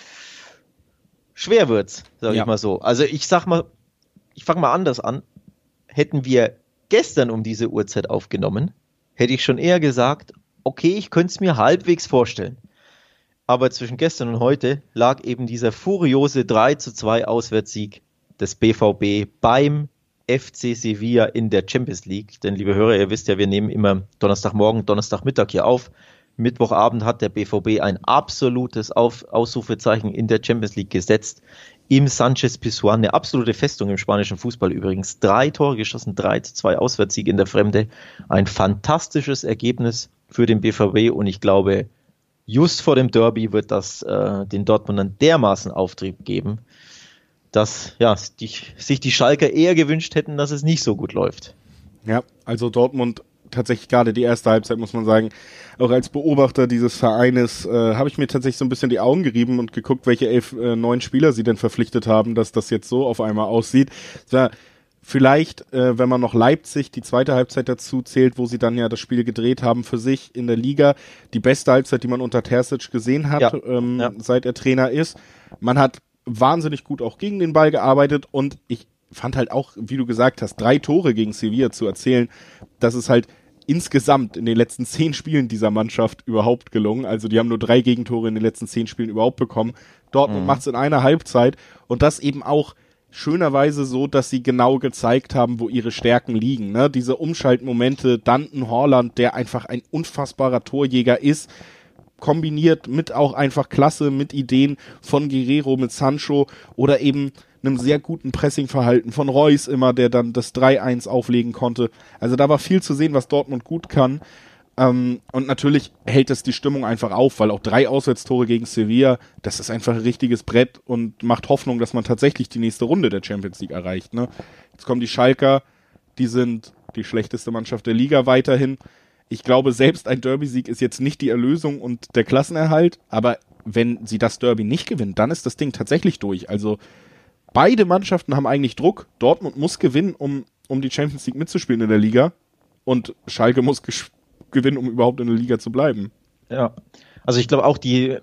Schwer wird's, sage ich mal so. Also ich fange mal anders an. Hätten wir gestern um diese Uhrzeit aufgenommen, hätte ich schon eher gesagt, okay, ich könnte es mir halbwegs vorstellen. Aber zwischen gestern und heute lag eben dieser furiose 3:2 Auswärtssieg des BVB beim FC Sevilla in der Champions League. Denn, liebe Hörer, ihr wisst ja, wir nehmen immer Donnerstagmorgen, Donnerstagmittag hier auf. Mittwochabend hat der BVB ein absolutes Ausrufezeichen in der Champions League gesetzt. Im Sánchez-Pizjuán, eine absolute Festung im spanischen Fußball übrigens. 3 Tore geschossen, 3:2 Auswärtssieg in der Fremde. Ein fantastisches Ergebnis für den BVB und ich glaube, just vor dem Derby wird das den Dortmundern dermaßen Auftrieb geben, dass sich die Schalker eher gewünscht hätten, dass es nicht so gut läuft. Ja, also Dortmund tatsächlich gerade die erste Halbzeit, muss man sagen, auch als Beobachter dieses Vereines habe ich mir tatsächlich so ein bisschen die Augen gerieben und geguckt, welche 11 neuen Spieler sie denn verpflichtet haben, dass das jetzt so auf einmal aussieht. Es war vielleicht, wenn man noch Leipzig, die zweite Halbzeit dazu zählt, wo sie dann ja das Spiel gedreht haben für sich in der Liga, die beste Halbzeit, die man unter Terzic gesehen hat, seit er Trainer ist. Man hat wahnsinnig gut auch gegen den Ball gearbeitet und ich fand halt auch, wie du gesagt hast, 3 Tore gegen Sevilla zu erzählen, das ist halt insgesamt in den letzten 10 Spielen dieser Mannschaft überhaupt gelungen. Also die haben nur 3 Gegentore in den letzten 10 Spielen überhaupt bekommen. Dortmund macht es in einer Halbzeit und das eben auch schönerweise so, dass sie genau gezeigt haben, wo ihre Stärken liegen. Ne? Diese Umschaltmomente, dann ein Haaland, der einfach ein unfassbarer Torjäger ist, kombiniert mit auch einfach Klasse, mit Ideen von Guerrero, mit Sancho oder eben einem sehr guten Pressingverhalten von Reus immer, der dann das 3-1 auflegen konnte. Also da war viel zu sehen, was Dortmund gut kann. Und natürlich hält es die Stimmung einfach auf, weil auch 3 Auswärtstore gegen Sevilla, das ist einfach ein richtiges Brett und macht Hoffnung, dass man tatsächlich die nächste Runde der Champions League erreicht. Ne? Jetzt kommen die Schalker, die sind die schlechteste Mannschaft der Liga weiterhin. Ich glaube, selbst ein Derby-Sieg ist jetzt nicht die Erlösung und der Klassenerhalt, aber wenn sie das Derby nicht gewinnen, dann ist das Ding tatsächlich durch. Also beide Mannschaften haben eigentlich Druck. Dortmund muss gewinnen, um die Champions League mitzuspielen in der Liga und Schalke muss gewinnen, um überhaupt in der Liga zu bleiben. Ja, also ich glaube auch,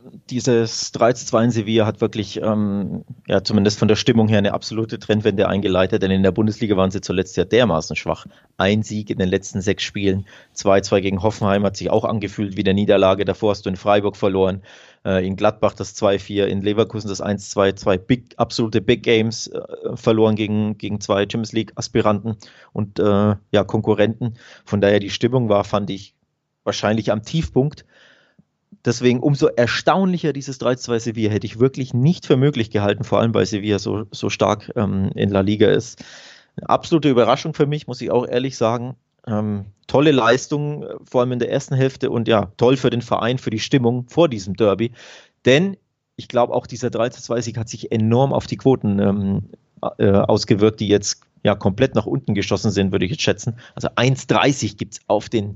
dieses 3-2 in Sevilla hat wirklich, zumindest von der Stimmung her eine absolute Trendwende eingeleitet, denn in der Bundesliga waren sie zuletzt ja dermaßen schwach. Ein Sieg in den letzten 6 Spielen, 2-2 gegen Hoffenheim hat sich auch angefühlt wie der Niederlage. Davor hast du in Freiburg verloren, in Gladbach das 2-4, in Leverkusen das 1-2, absolute Big Games verloren gegen 2 Champions League Aspiranten und Konkurrenten. Von daher die Stimmung war, fand ich, wahrscheinlich am Tiefpunkt. Deswegen umso erstaunlicher dieses 3-2 Sevilla hätte ich wirklich nicht für möglich gehalten, vor allem weil Sevilla so stark in La Liga ist. Eine absolute Überraschung für mich, muss ich auch ehrlich sagen. Tolle Leistung, vor allem in der ersten Hälfte und ja, toll für den Verein, für die Stimmung vor diesem Derby. Denn ich glaube auch dieser 3-2-Sieg hat sich enorm auf die Quoten ausgewirkt, die jetzt ja komplett nach unten geschossen sind, würde ich jetzt schätzen. Also 1,30 gibt es auf den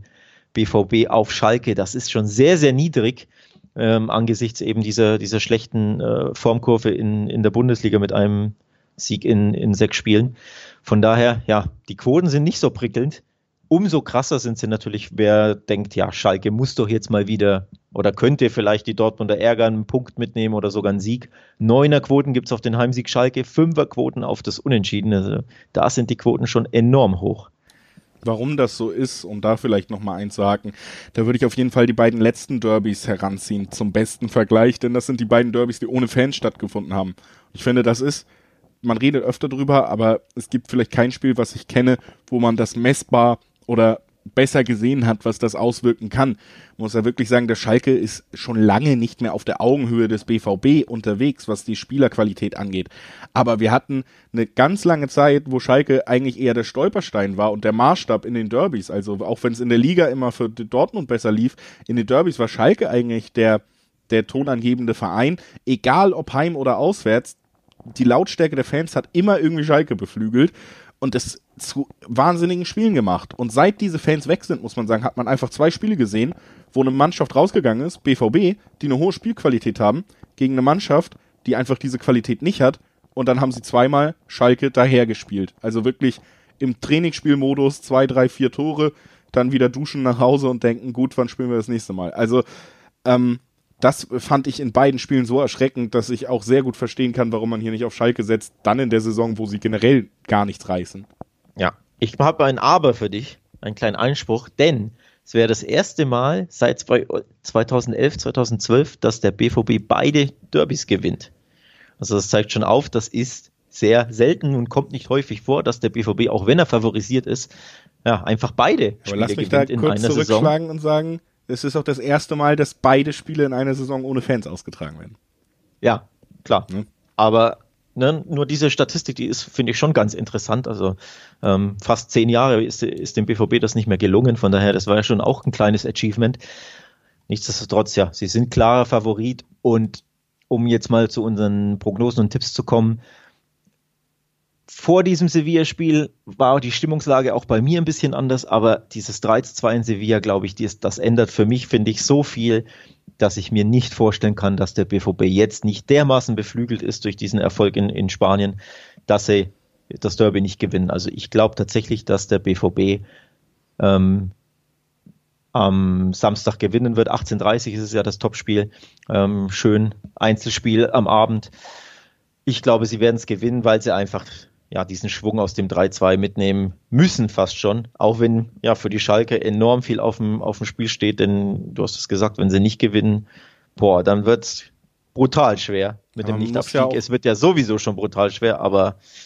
BVB auf Schalke, das ist schon sehr, sehr niedrig angesichts eben dieser schlechten Formkurve in der Bundesliga mit einem Sieg in 6 Spielen. Von daher, ja, die Quoten sind nicht so prickelnd. Umso krasser sind sie natürlich, wer denkt, ja, Schalke muss doch jetzt mal wieder oder könnte vielleicht die Dortmunder ärgern, einen Punkt mitnehmen oder sogar einen Sieg. 9er-Quoten gibt es auf den Heimsieg Schalke, 5er-Quoten auf das Unentschieden. Also da sind die Quoten schon enorm hoch. Warum das so ist, um da vielleicht nochmal einzuhaken, da würde ich auf jeden Fall die beiden letzten Derbys heranziehen zum besten Vergleich, denn das sind die beiden Derbys, die ohne Fans stattgefunden haben. Ich finde, das ist, man redet öfter drüber, aber es gibt vielleicht kein Spiel, was ich kenne, wo man das messbar oder besser gesehen hat, was das auswirken kann. Man muss ja wirklich sagen, der Schalke ist schon lange nicht mehr auf der Augenhöhe des BVB unterwegs, was die Spielerqualität angeht. Aber wir hatten eine ganz lange Zeit, wo Schalke eigentlich eher der Stolperstein war und der Maßstab in den Derbys. Also auch wenn es in der Liga immer für Dortmund besser lief, in den Derbys war Schalke eigentlich der tonangebende Verein, egal ob heim oder auswärts. Die Lautstärke der Fans hat immer irgendwie Schalke beflügelt und das zu wahnsinnigen Spielen gemacht. Und seit diese Fans weg sind, muss man sagen, hat man einfach 2 Spiele gesehen, wo eine Mannschaft rausgegangen ist, BVB, die eine hohe Spielqualität haben, gegen eine Mannschaft, die einfach diese Qualität nicht hat. Und dann haben sie zweimal Schalke dahergespielt. Also wirklich im Trainingsspielmodus 2, 3, 4 Tore, dann wieder duschen nach Hause und denken, gut, wann spielen wir das nächste Mal? Also das fand ich in beiden Spielen so erschreckend, dass ich auch sehr gut verstehen kann, warum man hier nicht auf Schalke setzt, dann in der Saison, wo sie generell gar nichts reißen. Ja, ich habe ein Aber für dich, einen kleinen Einspruch, denn es wäre das erste Mal seit 2011, 2012, dass der BVB beide Derbys gewinnt. Also das zeigt schon auf, das ist sehr selten und kommt nicht häufig vor, dass der BVB, auch wenn er favorisiert ist, ja, einfach beide Spiele gewinnt in einer Saison. Aber lass mich da kurz zurückschlagen und sagen, es ist auch das erste Mal, dass beide Spiele in einer Saison ohne Fans ausgetragen werden. Ja, klar. Aber nur diese Statistik, die ist, finde ich, schon ganz interessant. Also fast 10 Jahre ist dem BVB das nicht mehr gelungen. Von daher, das war ja schon auch ein kleines Achievement. Nichtsdestotrotz, ja, sie sind klarer Favorit. Und um jetzt mal zu unseren Prognosen und Tipps zu kommen, vor diesem Sevilla-Spiel war die Stimmungslage auch bei mir ein bisschen anders, aber dieses 3-2 in Sevilla, glaube ich, das ändert für mich, finde ich, so viel, dass ich mir nicht vorstellen kann, dass der BVB jetzt nicht dermaßen beflügelt ist durch diesen Erfolg in Spanien, dass sie das Derby nicht gewinnen. Also ich glaube tatsächlich, dass der BVB am Samstag gewinnen wird. 18:30 ist es ja das Topspiel. Schön Einzelspiel am Abend. Ich glaube, sie werden es gewinnen, weil sie einfach diesen Schwung aus dem 3-2 mitnehmen müssen fast schon, auch wenn für die Schalke enorm viel auf dem Spiel steht, denn du hast es gesagt, wenn sie nicht gewinnen, dann wird es brutal schwer mit dem Nichtabstieg. Es wird ja sowieso schon brutal schwer, aber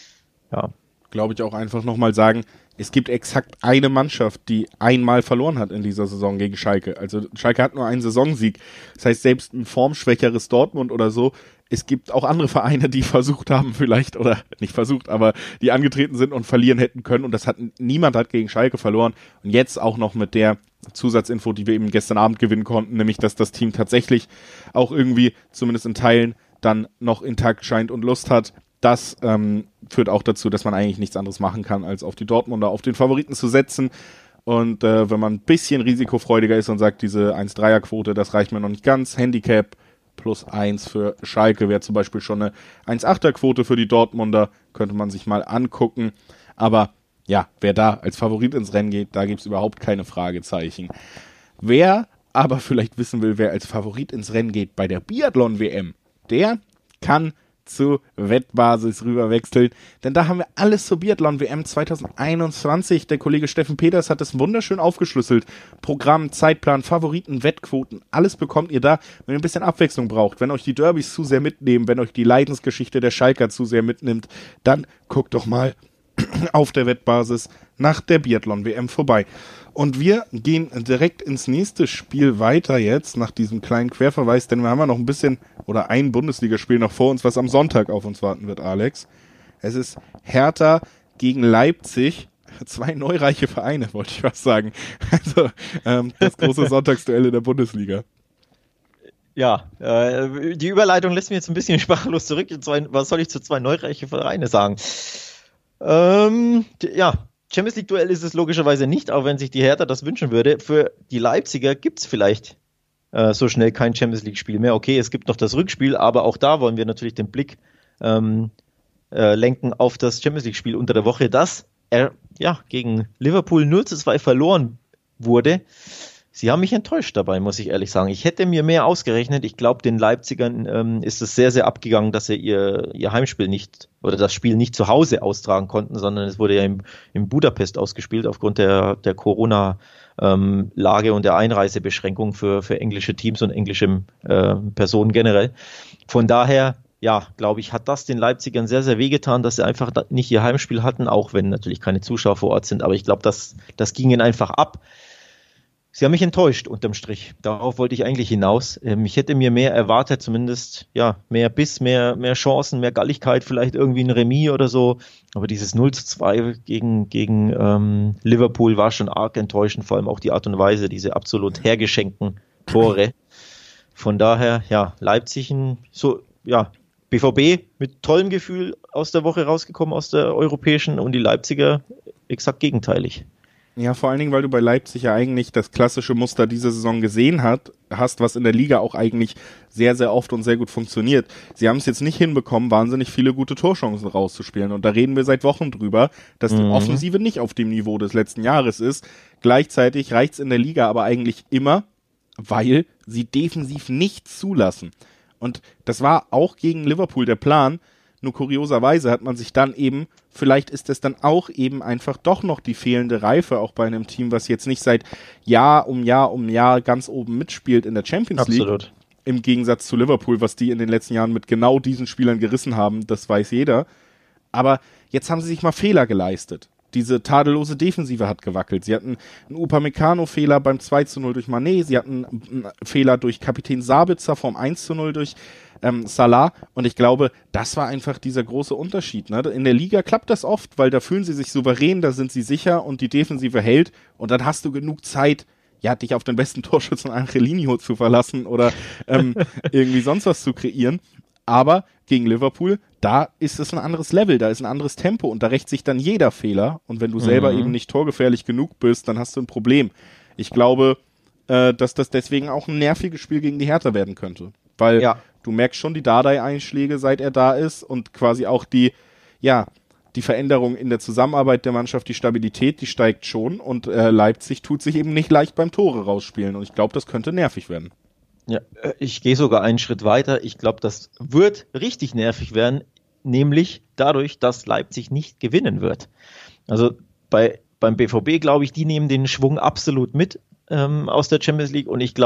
ja. Glaube ich auch einfach nochmal sagen, es gibt exakt eine Mannschaft, die einmal verloren hat in dieser Saison gegen Schalke. Also Schalke hat nur einen Saisonsieg. Das heißt, selbst ein formschwächeres Dortmund oder so, es gibt auch andere Vereine, die versucht haben vielleicht, oder nicht versucht, aber die angetreten sind und verlieren hätten können. Und niemand hat gegen Schalke verloren. Und jetzt auch noch mit der Zusatzinfo, die wir eben gestern Abend gewinnen konnten, nämlich, dass das Team tatsächlich auch irgendwie, zumindest in Teilen, dann noch intakt scheint und Lust hat. Das führt auch dazu, dass man eigentlich nichts anderes machen kann, als auf die Dortmunder, auf den Favoriten zu setzen. Und wenn man ein bisschen risikofreudiger ist und sagt, diese 1-3er-Quote, das reicht mir noch nicht ganz, Handicap +1 für Schalke wäre zum Beispiel schon eine 1-8er-Quote für die Dortmunder, könnte man sich mal angucken. Aber ja, wer da als Favorit ins Rennen geht, da gibt es überhaupt keine Fragezeichen. Wer aber vielleicht wissen will, wer als Favorit ins Rennen geht bei der Biathlon-WM, der kann zu Wettbasis rüberwechseln, denn da haben wir alles zur Biathlon-WM 2021. Der Kollege Steffen Peters hat es wunderschön aufgeschlüsselt. Programm, Zeitplan, Favoriten, Wettquoten, alles bekommt ihr da, wenn ihr ein bisschen Abwechslung braucht. Wenn euch die Derbys zu sehr mitnehmen, wenn euch die Leidensgeschichte der Schalker zu sehr mitnimmt, dann guckt doch mal auf der Wettbasis nach der Biathlon-WM vorbei. Und wir gehen direkt ins nächste Spiel weiter jetzt, nach diesem kleinen Querverweis, denn wir haben ja noch ein bisschen oder ein Bundesligaspiel noch vor uns, was am Sonntag auf uns warten wird, Alex. Es ist Hertha gegen Leipzig. 2 neureiche Vereine, wollte ich was sagen. Also das große Sonntagsduell in der Bundesliga. Ja, die Überleitung lässt mich jetzt ein bisschen sprachlos zurück. Was soll ich zu 2 neureiche Vereine sagen? Ja, Champions League-Duell ist es logischerweise nicht, auch wenn sich die Hertha das wünschen würde. Für die Leipziger gibt es vielleicht so schnell kein Champions League-Spiel mehr. Okay, es gibt noch das Rückspiel, aber auch da wollen wir natürlich den Blick lenken auf das Champions League-Spiel unter der Woche, das gegen Liverpool 0-2 verloren wurde. Sie haben mich enttäuscht dabei, muss ich ehrlich sagen. Ich hätte mir mehr ausgerechnet. Ich glaube, den Leipzigern ist es sehr, sehr abgegangen, dass sie ihr Heimspiel nicht oder das Spiel nicht zu Hause austragen konnten, sondern es wurde ja in Budapest ausgespielt aufgrund der Corona-Lage und der Einreisebeschränkung für englische Teams und englische Personen generell. Von daher, ja, glaube ich, hat das den Leipzigern sehr, sehr wehgetan, dass sie einfach nicht ihr Heimspiel hatten, auch wenn natürlich keine Zuschauer vor Ort sind. Aber ich glaube, das ging ihnen einfach ab. Sie haben mich enttäuscht, unterm Strich. Darauf wollte ich eigentlich hinaus. Ich hätte mir mehr erwartet, zumindest, ja, mehr Biss, mehr Chancen, mehr Galligkeit, vielleicht irgendwie ein Remis oder so. Aber dieses 0-2 gegen Liverpool war schon arg enttäuschend, vor allem auch die Art und Weise, diese absolut hergeschenkten Tore. Von daher, ja, Leipzig BVB mit tollem Gefühl aus der Woche rausgekommen, aus der europäischen, und die Leipziger exakt gegenteilig. Ja, vor allen Dingen, weil du bei Leipzig ja eigentlich das klassische Muster dieser Saison gesehen hast, was in der Liga auch eigentlich sehr, sehr oft und sehr gut funktioniert. Sie haben es jetzt nicht hinbekommen, wahnsinnig viele gute Torchancen rauszuspielen. Und da reden wir seit Wochen drüber, dass die Offensive nicht auf dem Niveau des letzten Jahres ist. Gleichzeitig reicht's in der Liga aber eigentlich immer, weil sie defensiv nichts zulassen. Und das war auch gegen Liverpool der Plan. Nur kurioserweise hat man sich dann eben, vielleicht ist es dann auch eben einfach doch noch die fehlende Reife, auch bei einem Team, was jetzt nicht seit Jahr um Jahr ganz oben mitspielt in der Champions League. Absolut. Im Gegensatz zu Liverpool, was die in den letzten Jahren mit genau diesen Spielern gerissen haben, das weiß jeder. Aber jetzt haben sie sich mal Fehler geleistet. Diese tadellose Defensive hat gewackelt. Sie hatten einen Upamecano-Fehler beim 2-0 durch Mané. Sie hatten einen Fehler durch Kapitän Sabitzer vom 1-0 durch Salah. Und ich glaube, das war einfach dieser große Unterschied. Ne? In der Liga klappt das oft, weil da fühlen sie sich souverän, da sind sie sicher und die Defensive hält. Und dann hast du genug Zeit, ja, dich auf den besten Torschützen Angelino zu verlassen oder irgendwie sonst was zu kreieren. Aber gegen Liverpool, da ist es ein anderes Level, da ist ein anderes Tempo und da rächt sich dann jeder Fehler. Und wenn du selber eben nicht torgefährlich genug bist, dann hast du ein Problem. Ich glaube, dass das deswegen auch ein nerviges Spiel gegen die Hertha werden könnte. Weil du merkst schon die Dardai-Einschläge, seit er da ist, und quasi auch die Veränderung in der Zusammenarbeit der Mannschaft, die Stabilität, die steigt schon, und Leipzig tut sich eben nicht leicht beim Tore rausspielen, und ich glaube, das könnte nervig werden. Ja, ich gehe sogar einen Schritt weiter. Ich glaube, das wird richtig nervig werden, nämlich dadurch, dass Leipzig nicht gewinnen wird. Also beim BVB, glaube ich, die nehmen den Schwung absolut mit aus der Champions League, und ich glaube,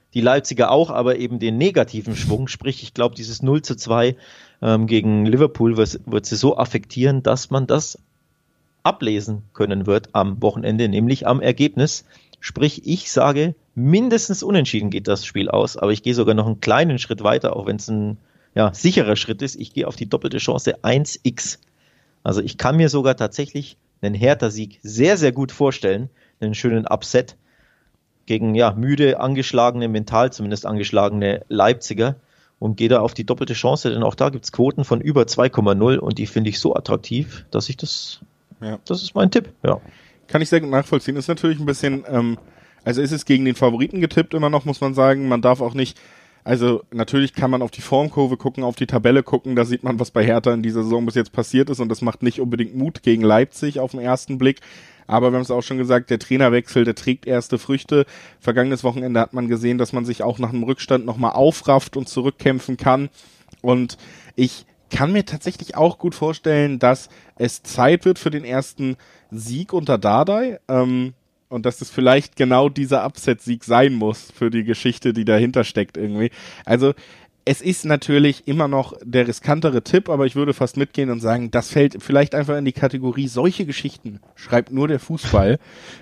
die Leipziger auch, aber eben den negativen Schwung. Sprich, ich glaube, dieses 0:2 gegen Liverpool wird sie so affektieren, dass man das ablesen können wird am Wochenende, nämlich am Ergebnis. Sprich, ich sage, mindestens unentschieden geht das Spiel aus, aber ich gehe sogar noch einen kleinen Schritt weiter, auch wenn es ein sicherer Schritt ist. Ich gehe auf die doppelte Chance 1x. Also ich kann mir sogar tatsächlich einen Hertha-Sieg sehr, sehr gut vorstellen, einen schönen Upset gegen müde, angeschlagene, mental zumindest angeschlagene Leipziger und gehe da auf die doppelte Chance, denn auch da gibt es Quoten von über 2,0 und die finde ich so attraktiv, dass ich das ist mein Tipp. Ja. Kann ich sehr gut nachvollziehen. Ist natürlich ein bisschen, also ist es gegen den Favoriten getippt immer noch, muss man sagen. Man darf auch nicht, also natürlich kann man auf die Formkurve gucken, auf die Tabelle gucken, da sieht man, was bei Hertha in dieser Saison bis jetzt passiert ist und das macht nicht unbedingt Mut gegen Leipzig auf den ersten Blick. Aber wir haben es auch schon gesagt, der Trainerwechsel, der trägt erste Früchte. Vergangenes Wochenende hat man gesehen, dass man sich auch nach einem Rückstand nochmal aufrafft und zurückkämpfen kann. Und ich kann mir tatsächlich auch gut vorstellen, dass es Zeit wird für den ersten Sieg unter Dardai. Und dass es vielleicht genau dieser Upset-Sieg sein muss für die Geschichte, die dahinter steckt irgendwie. Also es ist natürlich immer noch der riskantere Tipp, aber ich würde fast mitgehen und sagen, das fällt vielleicht einfach in die Kategorie solche Geschichten. Schreibt nur der Fußball.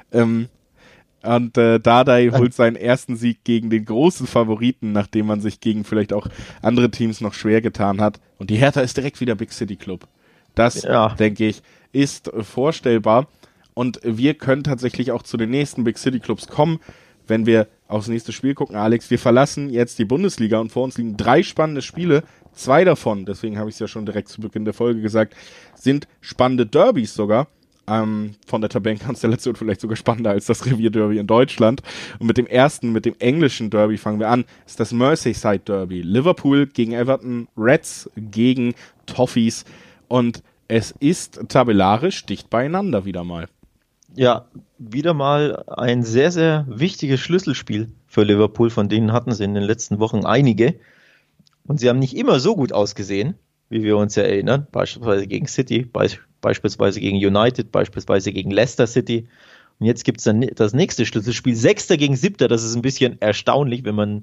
Dardai holt seinen ersten Sieg gegen den großen Favoriten, nachdem man sich gegen vielleicht auch andere Teams noch schwer getan hat. Und die Hertha ist direkt wieder Big City Club. Das, denke ich, ist vorstellbar. Und wir können tatsächlich auch zu den nächsten Big City Clubs kommen, wenn wir aufs nächste Spiel gucken. Alex, wir verlassen jetzt die Bundesliga und vor uns liegen 3 spannende Spiele. 2 davon, deswegen habe ich es ja schon direkt zu Beginn der Folge gesagt, sind spannende Derbys sogar. Von der Tabellenkonstellation vielleicht sogar spannender als das Revierderby in Deutschland. Und mit dem englischen Derby fangen wir an, ist das Merseyside Derby. Liverpool gegen Everton, Reds gegen Toffees. Und es ist tabellarisch dicht beieinander wieder mal. Ja, wieder mal ein sehr, sehr wichtiges Schlüsselspiel für Liverpool. Von denen hatten sie in den letzten Wochen einige. Und sie haben nicht immer so gut ausgesehen, wie wir uns ja erinnern. Beispielsweise gegen City, beispielsweise gegen United, beispielsweise gegen Leicester City. Und jetzt gibt es dann das nächste Schlüsselspiel. 6. gegen 7. Das ist ein bisschen erstaunlich, wenn man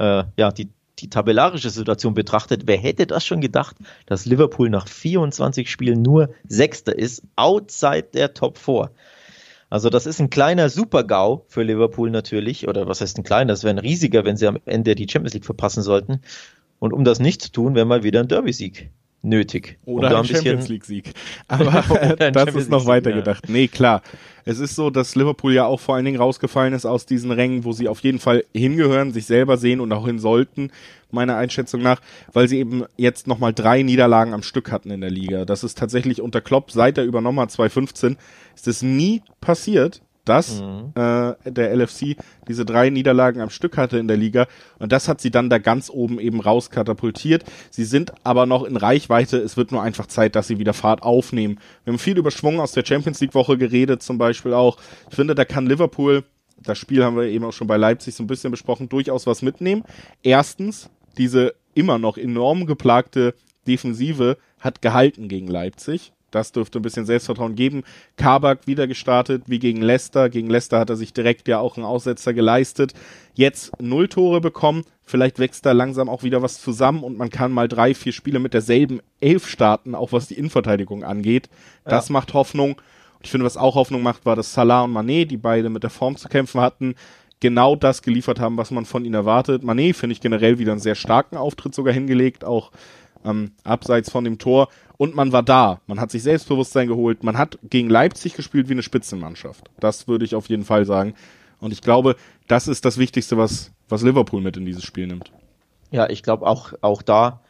die tabellarische Situation betrachtet. Wer hätte das schon gedacht, dass Liverpool nach 24 Spielen nur 6. ist, outside der Top 4. Also das ist ein kleiner Super-GAU für Liverpool natürlich, oder was heißt ein kleiner, das wäre ein riesiger, wenn sie am Ende die Champions League verpassen sollten. Und um das nicht zu tun, wäre mal wieder ein Derby-Sieg nötig. Oder ein Champions-League-Sieg. Aber das ist noch weiter gedacht. Nee, klar. Es ist so, dass Liverpool ja auch vor allen Dingen rausgefallen ist aus diesen Rängen, wo sie auf jeden Fall hingehören, sich selber sehen und auch hin sollten, meiner Einschätzung nach, weil sie eben jetzt nochmal 3 Niederlagen am Stück hatten in der Liga. Das ist tatsächlich unter Klopp, seit er übernommen hat, 2015, ist es nie passiert, dass der LFC diese 3 Niederlagen am Stück hatte in der Liga und das hat sie dann da ganz oben eben rauskatapultiert. Sie sind aber noch in Reichweite, es wird nur einfach Zeit, dass sie wieder Fahrt aufnehmen. Wir haben viel über Schwung aus der Champions League Woche geredet, zum Beispiel auch. Ich finde, da kann Liverpool, das Spiel haben wir eben auch schon bei Leipzig so ein bisschen besprochen, durchaus was mitnehmen. Erstens, diese immer noch enorm geplagte Defensive hat gehalten gegen Leipzig. Das dürfte ein bisschen Selbstvertrauen geben. Kabak wieder gestartet, wie gegen Leicester. Gegen Leicester hat er sich direkt ja auch einen Aussetzer geleistet. Jetzt 0 Tore bekommen. Vielleicht wächst da langsam auch wieder was zusammen und man kann mal 3, 4 Spiele mit derselben 11 starten, auch was die Innenverteidigung angeht. Das macht Hoffnung. Und ich finde, was auch Hoffnung macht, war, dass Salah und Mané, die beide mit der Form zu kämpfen hatten, genau das geliefert haben, was man von ihnen erwartet. Mané finde ich generell wieder einen sehr starken Auftritt sogar hingelegt, auch abseits von dem Tor. Und man war da. Man hat sich Selbstbewusstsein geholt. Man hat gegen Leipzig gespielt wie eine Spitzenmannschaft. Das würde ich auf jeden Fall sagen. Und ich glaube, das ist das Wichtigste, was Liverpool mit in dieses Spiel nimmt. Ja, ich glaube auch da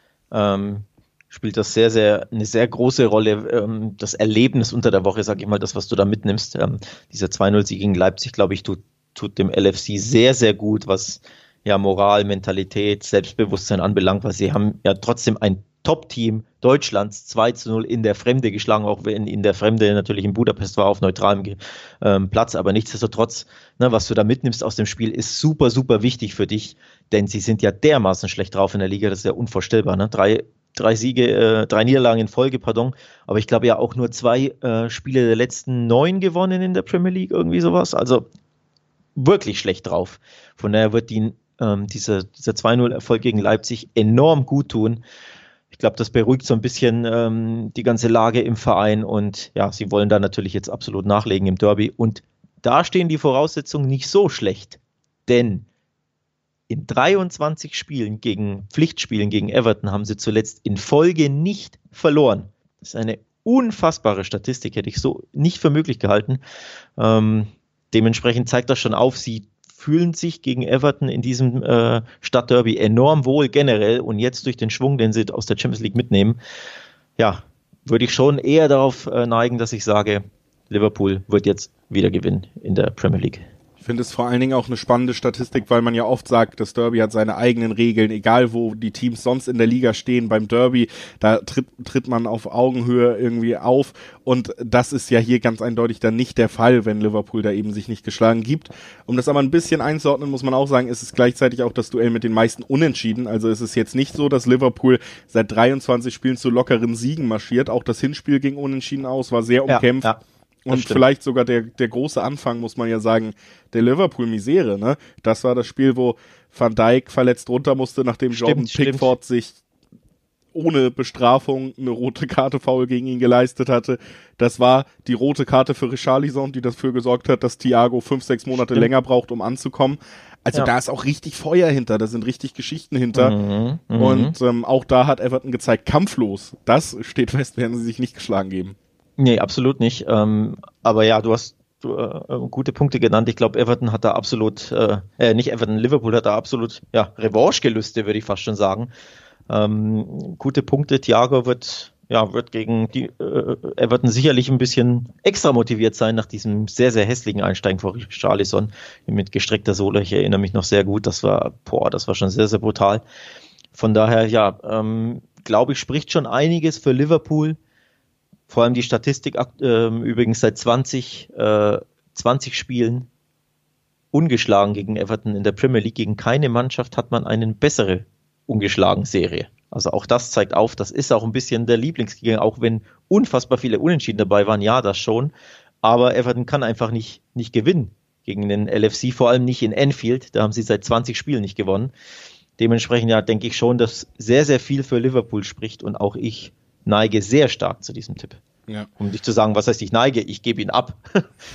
spielt das eine sehr große Rolle. Das Erlebnis unter der Woche, sag ich mal, das, was du da mitnimmst. Dieser 2-0-Sieg gegen Leipzig, glaube ich, tut dem LFC sehr, sehr gut, was Moral, Mentalität, Selbstbewusstsein anbelangt, weil sie haben ja trotzdem ein Top-Team Deutschlands 2-0 in der Fremde geschlagen, auch wenn in der Fremde natürlich in Budapest war, auf neutralem Platz, aber nichtsdestotrotz, was du da mitnimmst aus dem Spiel, ist super, super wichtig für dich, denn sie sind ja dermaßen schlecht drauf in der Liga, das ist ja unvorstellbar, 3 Niederlagen in Folge, aber ich glaube ja auch nur 2 Spiele der letzten 9 gewonnen in der Premier League, irgendwie sowas, also wirklich schlecht drauf. Von daher wird die dieser 2-0-Erfolg gegen Leipzig enorm gut tun. Ich glaube, das beruhigt so ein bisschen die ganze Lage im Verein und ja, sie wollen da natürlich jetzt absolut nachlegen im Derby und da stehen die Voraussetzungen nicht so schlecht, denn in 23 Pflichtspielen gegen Everton haben sie zuletzt in Folge nicht verloren. Das ist eine unfassbare Statistik, hätte ich so nicht für möglich gehalten. Dementsprechend zeigt das schon auf, sie fühlen sich gegen Everton in diesem Stadtderby enorm wohl generell und jetzt durch den Schwung, den sie aus der Champions League mitnehmen, ja, würde ich schon eher darauf neigen, dass ich sage, Liverpool wird jetzt wieder gewinnen in der Premier League. Ich finde es vor allen Dingen auch eine spannende Statistik, weil man ja oft sagt, das Derby hat seine eigenen Regeln, egal wo die Teams sonst in der Liga stehen, beim Derby, da tritt man auf Augenhöhe irgendwie auf und das ist ja hier ganz eindeutig dann nicht der Fall, wenn Liverpool da eben sich nicht geschlagen gibt. Um das aber ein bisschen einzuordnen, muss man auch sagen, ist es gleichzeitig auch das Duell mit den meisten Unentschieden, also es ist jetzt nicht so, dass Liverpool seit 23 Spielen zu lockeren Siegen marschiert, auch das Hinspiel ging unentschieden aus, war sehr umkämpft. Ja. Und stimmt. Vielleicht sogar der große Anfang, muss man ja sagen, der Liverpool-Misere, ne? Das war das Spiel, wo Van Dijk verletzt runter musste, nachdem Jordan Pickford sich ohne Bestrafung eine rote Karte faul gegen ihn geleistet hatte. Das war die rote Karte für Richarlison, die dafür gesorgt hat, dass Thiago 5-6 Monate länger braucht, um anzukommen. Also da ist auch richtig Feuer hinter, da sind richtig Geschichten hinter. Und auch da hat Everton gezeigt, kampflos. Das steht fest, werden sie sich nicht geschlagen geben. Nee, absolut nicht. Aber ja, du hast gute Punkte genannt. Ich glaube, Everton hat da absolut, nicht Everton, Liverpool hat da absolut, ja, Revanchegelüste, würde ich fast schon sagen. Gute Punkte. Thiago wird gegen die Everton sicherlich ein bisschen extra motiviert sein nach diesem sehr, sehr hässlichen Einsteigen vor Richarlison mit gestreckter Sohle. Ich erinnere mich noch sehr gut. Das war schon sehr, sehr brutal. Von daher, ja, glaube ich, spricht schon einiges für Liverpool. Vor allem die Statistik übrigens seit 20 Spielen ungeschlagen gegen Everton in der Premier League. Gegen keine Mannschaft hat man eine bessere ungeschlagen Serie. Also auch das zeigt auf, das ist auch ein bisschen der Lieblingsgegner, auch wenn unfassbar viele Unentschieden dabei waren, ja, das schon. Aber Everton kann einfach nicht gewinnen gegen den LFC, vor allem nicht in Anfield. Da haben sie seit 20 Spielen nicht gewonnen. Dementsprechend, ja, denke ich schon, dass sehr, sehr viel für Liverpool spricht und auch ich neige sehr stark zu diesem Tipp. Ja. Um nicht zu sagen, was heißt ich neige, ich gebe ihn ab.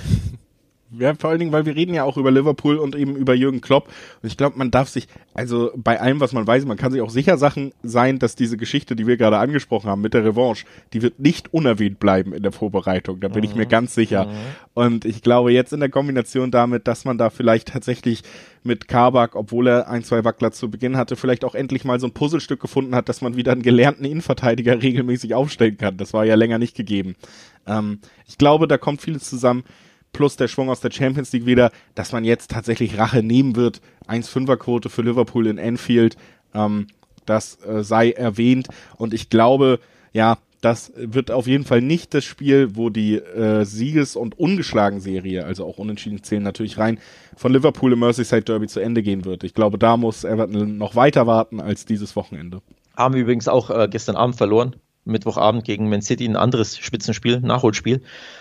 Ja, vor allen Dingen, weil wir reden ja auch über Liverpool und eben über Jürgen Klopp. Und ich glaube, man darf sich, also bei allem, was man weiß, man kann sich auch sicher sein, dass diese Geschichte, die wir gerade angesprochen haben mit der Revanche, die wird nicht unerwähnt bleiben in der Vorbereitung. Da bin ich mir ganz sicher. Und ich glaube, jetzt in der Kombination damit, dass man da vielleicht tatsächlich mit Kabak, obwohl er 1-2 Wackler zu Beginn hatte, vielleicht auch endlich mal so ein Puzzlestück gefunden hat, dass man wieder einen gelernten Innenverteidiger regelmäßig aufstellen kann. Das war ja länger nicht gegeben. Ich glaube, da kommt vieles zusammen. Plus der Schwung aus der Champions League wieder, dass man jetzt tatsächlich Rache nehmen wird. 1,5er-Quote für Liverpool in Anfield, das sei erwähnt. Und ich glaube, ja, das wird auf jeden Fall nicht das Spiel, wo die Sieges- und Ungeschlagen-Serie, also auch Unentschieden zählen natürlich rein, von Liverpool im Merseyside Derby zu Ende gehen wird. Ich glaube, da muss Everton noch weiter warten als dieses Wochenende. Haben wir übrigens auch gestern Abend verloren, Mittwochabend gegen Man City, ein anderes Spitzenspiel, Nachholspiel.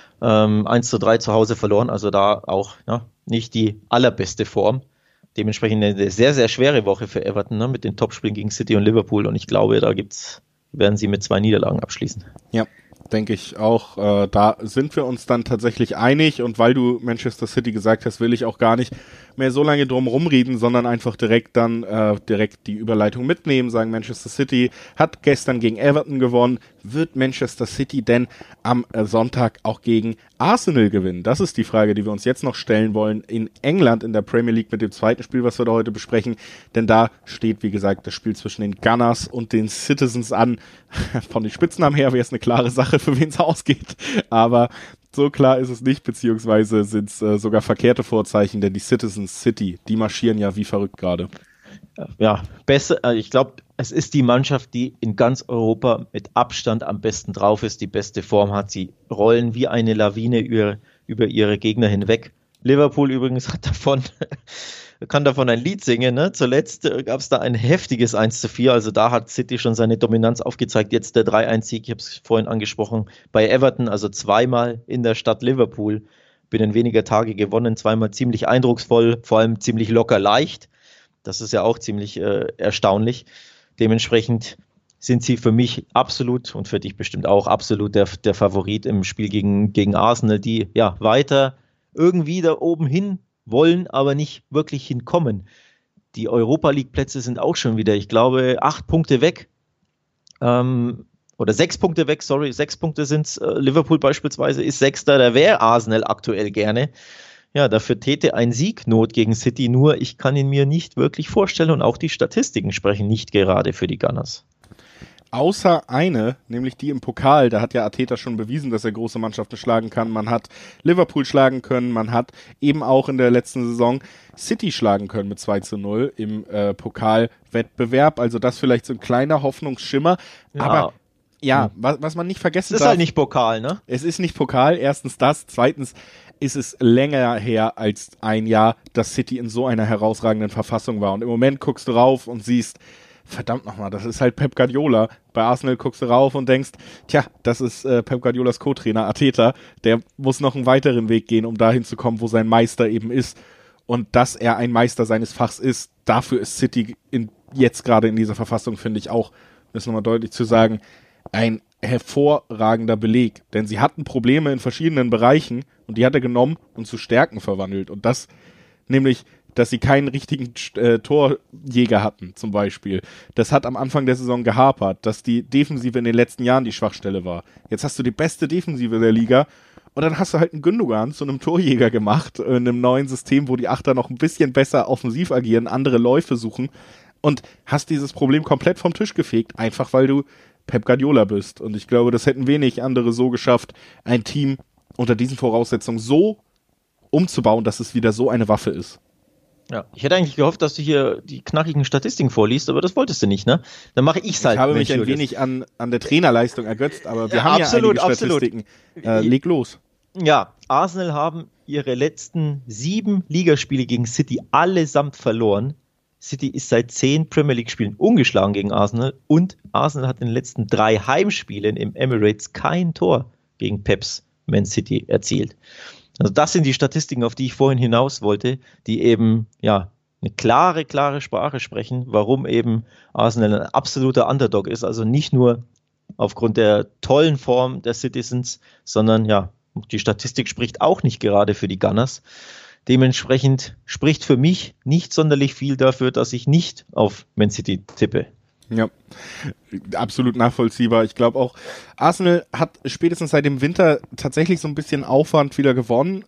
1-3 zu Hause verloren, also da auch nicht die allerbeste Form. Dementsprechend eine sehr, sehr schwere Woche für Everton, ne, mit den Topspielen gegen City und Liverpool und ich glaube, werden sie mit 2 Niederlagen abschließen. Ja, denke ich auch. Da sind wir uns dann tatsächlich einig und weil du Manchester City gesagt hast, will ich auch gar nicht mehr so lange drum rumreden, sondern einfach direkt die Überleitung mitnehmen, sagen Manchester City hat gestern gegen Everton gewonnen, wird Manchester City denn am Sonntag auch gegen Arsenal gewinnen? Das ist die Frage, die wir uns jetzt noch stellen wollen in England in der Premier League mit dem zweiten Spiel, was wir da heute besprechen, denn da steht, wie gesagt, das Spiel zwischen den Gunners und den Citizens an. Von den Spitznamen her wäre es eine klare Sache, für wen es ausgeht, aber so klar ist es nicht, beziehungsweise sind es sogar verkehrte Vorzeichen, denn die Citizens City, die marschieren ja wie verrückt gerade. Ja, besser. Ich glaube, es ist die Mannschaft, die in ganz Europa mit Abstand am besten drauf ist, die beste Form hat. Sie rollen wie eine Lawine über ihre Gegner hinweg. Liverpool übrigens kann davon ein Lied singen. Ne? Zuletzt gab es da ein heftiges 1-4, also da hat City schon seine Dominanz aufgezeigt. Jetzt der 3-1-Sieg, ich habe es vorhin angesprochen, bei Everton, also zweimal in der Stadt Liverpool, binnen weniger Tage gewonnen, zweimal ziemlich eindrucksvoll, vor allem ziemlich locker leicht. Das ist ja auch ziemlich erstaunlich. Dementsprechend sind sie für mich absolut und für dich bestimmt auch absolut der Favorit im Spiel gegen Arsenal, die ja weiter irgendwie da oben hin wollen, aber nicht wirklich hinkommen. Die Europa-League-Plätze sind auch schon wieder, ich glaube, 8 Punkte weg. Oder 6 Punkte weg, 6 Punkte sind es. Liverpool beispielsweise ist Sechster, da wäre Arsenal aktuell gerne. Ja, dafür täte ein Sieg Not gegen City, nur ich kann ihn mir nicht wirklich vorstellen und auch die Statistiken sprechen nicht gerade für die Gunners. Außer eine, nämlich die im Pokal, da hat ja Arteta schon bewiesen, dass er große Mannschaften schlagen kann. Man hat Liverpool schlagen können, man hat eben auch in der letzten Saison City schlagen können mit 2-0 im Pokalwettbewerb. Also das vielleicht so ein kleiner Hoffnungsschimmer. Ja. Aber ja, was man nicht vergessen darf. Es ist halt nicht Pokal, ne? Es ist nicht Pokal, erstens das. Zweitens ist es länger her als ein Jahr, dass City in so einer herausragenden Verfassung war. Und im Moment guckst du rauf und siehst, verdammt nochmal, das ist halt Pep Guardiola. Bei Arsenal guckst du rauf und denkst, tja, das ist Pep Guardiolas Co-Trainer Arteta. Der muss noch einen weiteren Weg gehen, um dahin zu kommen, wo sein Meister eben ist. Und dass er ein Meister seines Fachs ist, dafür ist City jetzt gerade in dieser Verfassung, finde ich auch, das nochmal deutlich zu sagen, ein hervorragender Beleg. Denn sie hatten Probleme in verschiedenen Bereichen und die hat er genommen und zu Stärken verwandelt. Und das nämlich, dass sie keinen richtigen Torjäger hatten, zum Beispiel. Das hat am Anfang der Saison gehapert, dass die Defensive in den letzten Jahren die Schwachstelle war. Jetzt hast du die beste Defensive der Liga und dann hast du halt einen Gündogan zu einem Torjäger gemacht, in einem neuen System, wo die Achter noch ein bisschen besser offensiv agieren, andere Läufe suchen und hast dieses Problem komplett vom Tisch gefegt, einfach weil du Pep Guardiola bist. Und ich glaube, das hätten wenig andere so geschafft, ein Team unter diesen Voraussetzungen so umzubauen, dass es wieder so eine Waffe ist. Ja, ich hätte eigentlich gehofft, dass du hier die knackigen Statistiken vorliest, aber das wolltest du nicht, ne? Dann mache ich's halt. Ich habe mich ein wenig an der Trainerleistung ergötzt, aber wir haben absolut, ja einige Statistiken. Leg los. Ja, Arsenal haben ihre letzten 7 Ligaspiele gegen City allesamt verloren. City ist seit 10 Premier League-Spielen ungeschlagen gegen Arsenal und Arsenal hat in den letzten 3 Heimspielen im Emirates kein Tor gegen Peps Man City erzielt. Also das sind die Statistiken, auf die ich vorhin hinaus wollte, die eben ja eine klare Sprache sprechen, warum eben Arsenal ein absoluter Underdog ist. Also nicht nur aufgrund der tollen Form der Citizens, sondern ja, die Statistik spricht auch nicht gerade für die Gunners. Dementsprechend spricht für mich nicht sonderlich viel dafür, dass ich nicht auf Man City tippe. Ja, absolut nachvollziehbar. Ich glaube auch, Arsenal hat spätestens seit dem Winter tatsächlich so ein bisschen Aufwind wieder gewonnen.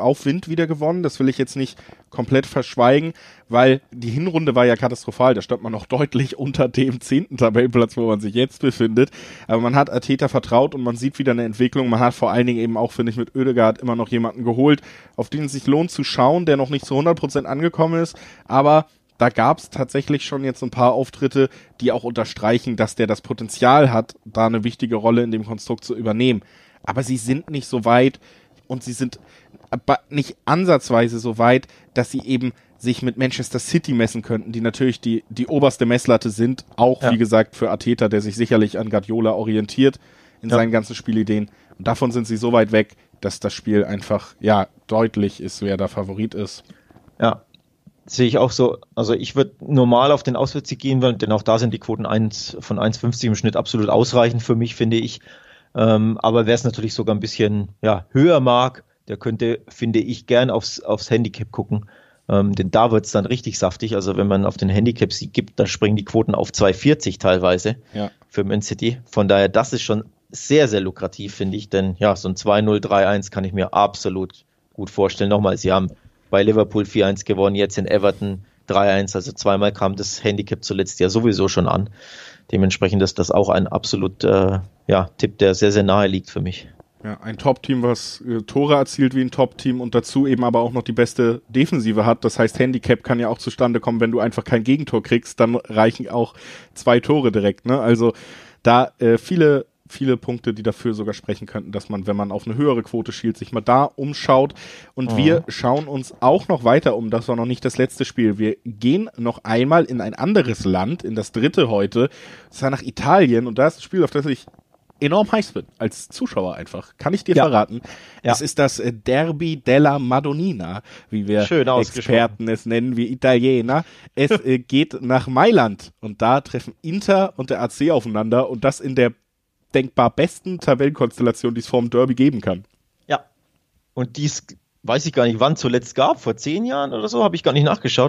Das will ich jetzt nicht komplett verschweigen, weil die Hinrunde war ja katastrophal. Da stand man noch deutlich unter dem 10. Tabellenplatz, wo man sich jetzt befindet. Aber man hat Arteta vertraut und man sieht wieder eine Entwicklung. Man hat vor allen Dingen eben auch, finde ich, mit Ødegaard immer noch jemanden geholt, auf den es sich lohnt zu schauen, der noch nicht zu 100% angekommen ist, aber da gab es tatsächlich schon jetzt ein paar Auftritte, die auch unterstreichen, dass der das Potenzial hat, da eine wichtige Rolle in dem Konstrukt zu übernehmen. Aber sie sind nicht so weit und sie sind nicht ansatzweise so weit, dass sie eben sich mit Manchester City messen könnten, die natürlich die oberste Messlatte sind, auch wie gesagt für Arteta, der sich sicherlich an Guardiola orientiert in seinen ganzen Spielideen. Und davon sind sie so weit weg, dass das Spiel einfach deutlich ist, wer da Favorit ist. Ja. Sehe ich auch so. Also ich würde normal auf den Auswärtssieg gehen, denn auch da sind die Quoten von 1,50 im Schnitt absolut ausreichend für mich, finde ich. Aber wer es natürlich sogar ein bisschen höher mag, der könnte, finde ich, gern aufs Handicap gucken. Denn da wird es dann richtig saftig. Also wenn man auf den Handicap-Sieg gibt, da springen die Quoten auf 2,40 teilweise für Man City. Von daher, das ist schon sehr, sehr lukrativ, finde ich. Denn so ein 2-0, 3-1 kann ich mir absolut gut vorstellen. Nochmal, sie haben bei Liverpool 4-1 gewonnen, jetzt in Everton 3-1, also zweimal kam das Handicap zuletzt ja sowieso schon an. Dementsprechend ist das auch ein absolut Tipp, der sehr, sehr nahe liegt für mich. Ja, ein Top-Team, was Tore erzielt wie ein Top-Team und dazu eben aber auch noch die beste Defensive hat. Das heißt, Handicap kann ja auch zustande kommen, wenn du einfach kein Gegentor kriegst, dann reichen auch 2 Tore direkt. Ne? Also da viele Punkte, die dafür sogar sprechen könnten, dass man, wenn man auf eine höhere Quote schielt, sich mal da umschaut. Und wir schauen uns auch noch weiter um. Das war noch nicht das letzte Spiel. Wir gehen noch einmal in ein anderes Land, in das dritte heute. Das war nach Italien. Und da ist ein Spiel, auf das ich enorm heiß bin, als Zuschauer einfach. Kann ich dir verraten. Ja. Es ist das Derby della Madonnina, wie wir Experten es nennen, wie Italiener. Es geht nach Mailand und da treffen Inter und der AC aufeinander und das in der denkbar besten Tabellenkonstellation, die es vor dem Derby geben kann. Ja, und dies weiß ich gar nicht, wann zuletzt gab, vor 10 Jahren oder so, habe ich gar nicht nachgeschaut.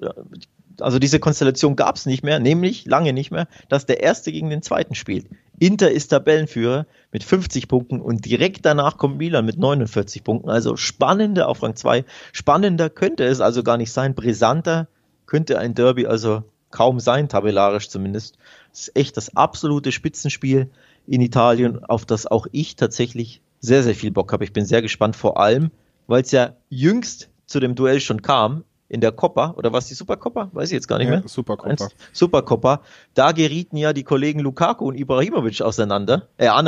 Also diese Konstellation gab es nicht mehr, nämlich lange nicht mehr, dass der Erste gegen den Zweiten spielt. Inter ist Tabellenführer mit 50 Punkten und direkt danach kommt Milan mit 49 Punkten. Also spannender auf Rang 2. Spannender könnte es also gar nicht sein. Brisanter könnte ein Derby also kaum sein, tabellarisch zumindest. Es ist echt das absolute Spitzenspiel in Italien, auf das auch ich tatsächlich sehr, sehr viel Bock habe. Ich bin sehr gespannt, vor allem, weil es ja jüngst zu dem Duell schon kam, in der Coppa, oder was die Supercoppa? Weiß ich jetzt gar nicht mehr. Supercoppa. Da gerieten ja die Kollegen Lukaku und Ibrahimovic aneinander.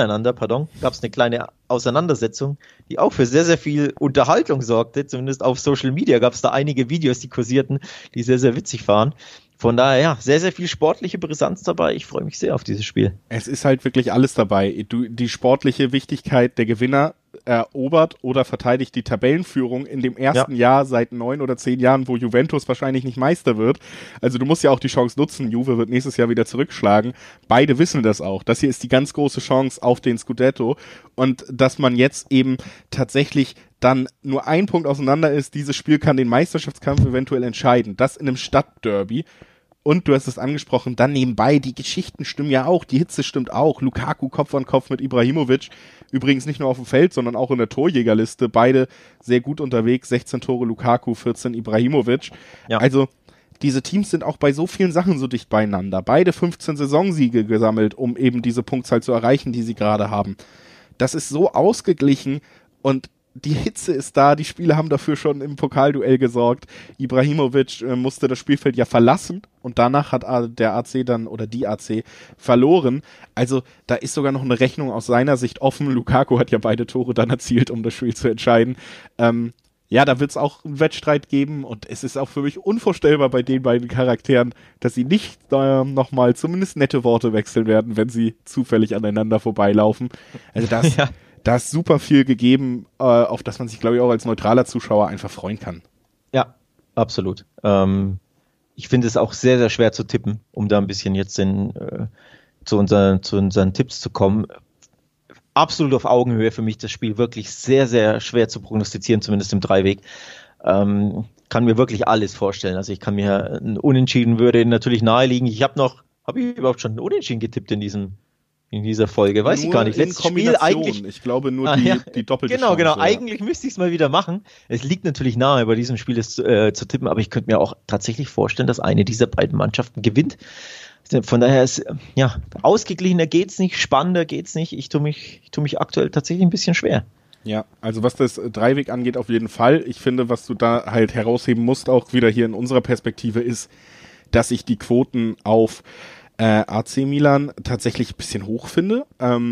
Gab es eine kleine Auseinandersetzung, die auch für sehr, sehr viel Unterhaltung sorgte. Zumindest auf Social Media gab es da einige Videos, die kursierten, die sehr, sehr witzig waren. Von daher, ja, sehr, sehr viel sportliche Brisanz dabei. Ich freue mich sehr auf dieses Spiel. Es ist halt wirklich alles dabei. Die sportliche Wichtigkeit, der Gewinner erobert oder verteidigt die Tabellenführung in dem ersten Jahr seit 9 oder 10 Jahren, wo Juventus wahrscheinlich nicht Meister wird. Also du musst ja auch die Chance nutzen. Juve wird nächstes Jahr wieder zurückschlagen. Beide wissen das auch. Das hier ist die ganz große Chance auf den Scudetto. Und dass man jetzt eben tatsächlich dann nur ein Punkt auseinander ist, dieses Spiel kann den Meisterschaftskampf eventuell entscheiden. Das in einem Stadtderby. Und du hast es angesprochen, dann nebenbei, die Geschichten stimmen ja auch, die Hitze stimmt auch. Lukaku Kopf an Kopf mit Ibrahimovic. Übrigens nicht nur auf dem Feld, sondern auch in der Torjägerliste. Beide sehr gut unterwegs. 16 Tore Lukaku, 14 Ibrahimovic. Ja. Also diese Teams sind auch bei so vielen Sachen so dicht beieinander. Beide 15 Saisonsiege gesammelt, um eben diese Punktzahl zu erreichen, die sie gerade haben. Das ist so ausgeglichen und die Hitze ist da, die Spieler haben dafür schon im Pokalduell gesorgt. Ibrahimovic musste das Spielfeld ja verlassen und danach hat der AC dann oder die AC verloren. Also da ist sogar noch eine Rechnung aus seiner Sicht offen. Lukaku hat ja beide Tore dann erzielt, um das Spiel zu entscheiden. Ja, da wird es auch einen Wettstreit geben und es ist auch für mich unvorstellbar bei den beiden Charakteren, dass sie nicht nochmal zumindest nette Worte wechseln werden, wenn sie zufällig aneinander vorbeilaufen. Also das... Ja. Da ist super viel gegeben, auf das man sich, glaube ich, auch als neutraler Zuschauer einfach freuen kann. Ja, absolut. Ich finde es auch sehr, sehr schwer zu tippen, um da ein bisschen jetzt zu unseren Tipps zu kommen. Absolut auf Augenhöhe für mich das Spiel, wirklich sehr, sehr schwer zu prognostizieren, zumindest im Dreiweg. Kann mir wirklich alles vorstellen. Also ich kann mir ein Unentschieden würde natürlich naheliegen. Habe ich überhaupt schon ein Unentschieden getippt in dieser Folge, weiß nur ich gar nicht. Letztes Spiel eigentlich. Ich glaube nur die doppelte Chance. Genau. Eigentlich müsste ich es mal wieder machen. Es liegt natürlich nahe, bei diesem Spiel zu tippen, aber ich könnte mir auch tatsächlich vorstellen, dass eine dieser beiden Mannschaften gewinnt. Von daher ist, ausgeglichener geht's nicht, spannender geht's nicht. Ich tue mich aktuell tatsächlich ein bisschen schwer. Ja, also was das Dreiweg angeht, auf jeden Fall. Ich finde, was du da halt herausheben musst, auch wieder hier in unserer Perspektive, ist, dass ich die Quoten auf AC Milan tatsächlich ein bisschen hoch finde,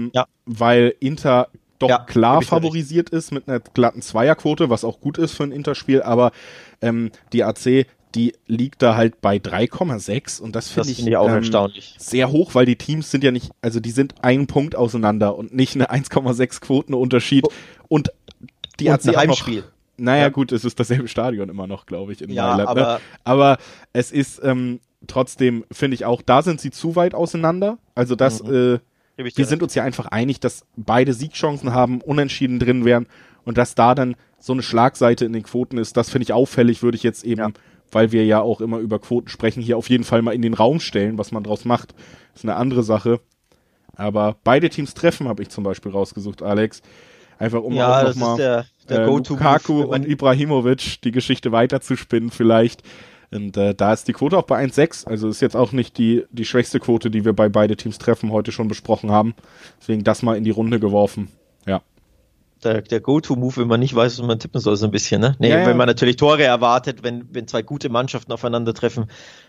weil Inter doch klar favorisiert ist mit einer glatten Zweierquote, was auch gut ist für ein Interspiel, aber die AC, die liegt da halt bei 3,6 und das finde ich auch erstaunlich. Sehr hoch, weil die Teams sind ja nicht, also die sind einen Punkt auseinander und nicht eine 1,6 Quotenunterschied und die AC ein Heimspiel. Naja, gut, es ist dasselbe Stadion immer noch, glaube ich, in Mailand. Aber es ist trotzdem, finde ich auch, da sind sie zu weit auseinander. Also wir sind uns ja einfach einig, dass beide Siegchancen haben, unentschieden drin wären und dass da dann so eine Schlagseite in den Quoten ist, das finde ich auffällig, würde ich jetzt eben, weil wir ja auch immer über Quoten sprechen, hier auf jeden Fall mal in den Raum stellen, was man draus macht. Ist eine andere Sache. Aber beide Teams treffen, habe ich zum Beispiel rausgesucht, Alex. Einfach um auch nochmal Lukaku und Ibrahimovic die Geschichte weiterzuspinnen vielleicht. Und da ist die Quote auch bei 1,6. Also ist jetzt auch nicht die schwächste Quote, die wir bei beide Teams treffen heute schon besprochen haben. Deswegen das mal in die Runde geworfen. Ja. Der Go-To-Move, wenn man nicht weiß, was man tippen soll, so ein bisschen, ne? Wenn man natürlich Tore erwartet, wenn zwei gute Mannschaften aufeinandertreffen,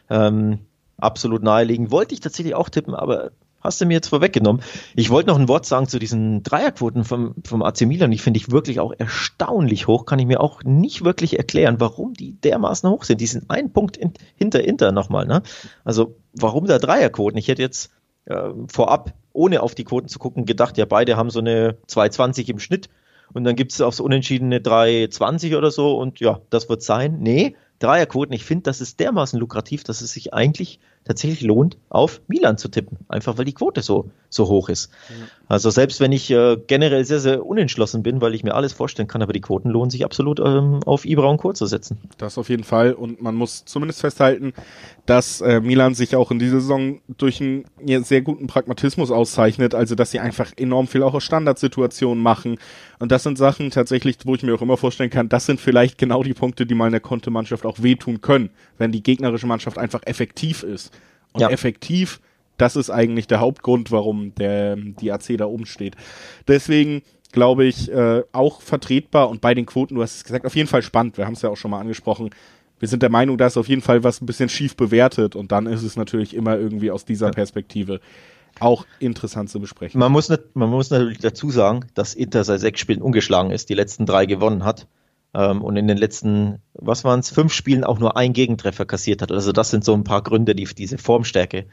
absolut naheliegend. Wollte ich tatsächlich auch tippen, aber hast du mir jetzt vorweggenommen. Ich wollte noch ein Wort sagen zu diesen Dreierquoten vom AC Milan. Die finde ich wirklich auch erstaunlich hoch. Kann ich mir auch nicht wirklich erklären, warum die dermaßen hoch sind. Die sind ein Punkt hinter Inter nochmal, ne? Also, warum da Dreierquoten? Ich hätte jetzt vorab, ohne auf die Quoten zu gucken, gedacht, ja, beide haben so eine 2,20 im Schnitt und dann gibt es aufs Unentschiedene 3,20 oder so und ja, das wird sein. Nee, Dreierquoten, ich finde, das ist dermaßen lukrativ, dass es sich eigentlich tatsächlich lohnt, auf Milan zu tippen. Einfach, weil die Quote so hoch ist. Mhm. Also selbst wenn ich generell sehr, sehr unentschlossen bin, weil ich mir alles vorstellen kann, aber die Quoten lohnen sich absolut auf Ibra und Co. zu setzen. Das auf jeden Fall. Und man muss zumindest festhalten, dass Milan sich auch in dieser Saison durch einen sehr guten Pragmatismus auszeichnet. Also, dass sie einfach enorm viel auch aus Standardsituationen machen. Und das sind Sachen tatsächlich, wo ich mir auch immer vorstellen kann, das sind vielleicht genau die Punkte, die mal einer Conte-Mannschaft auch wehtun können, wenn die gegnerische Mannschaft einfach effektiv ist. Und effektiv, das ist eigentlich der Hauptgrund, warum die AC da oben steht. Deswegen glaube ich, auch vertretbar und bei den Quoten, du hast es gesagt, auf jeden Fall spannend. Wir haben es ja auch schon mal angesprochen. Wir sind der Meinung, da ist auf jeden Fall was ein bisschen schief bewertet und dann ist es natürlich immer irgendwie aus dieser Perspektive auch interessant zu besprechen. Man muss natürlich dazu sagen, dass Inter seit 6 Spielen ungeschlagen ist, die letzten 3 gewonnen hat. Und in den letzten, 5 Spielen auch nur 1 Gegentreffer kassiert hat. Also das sind so ein paar Gründe, diese Formstärke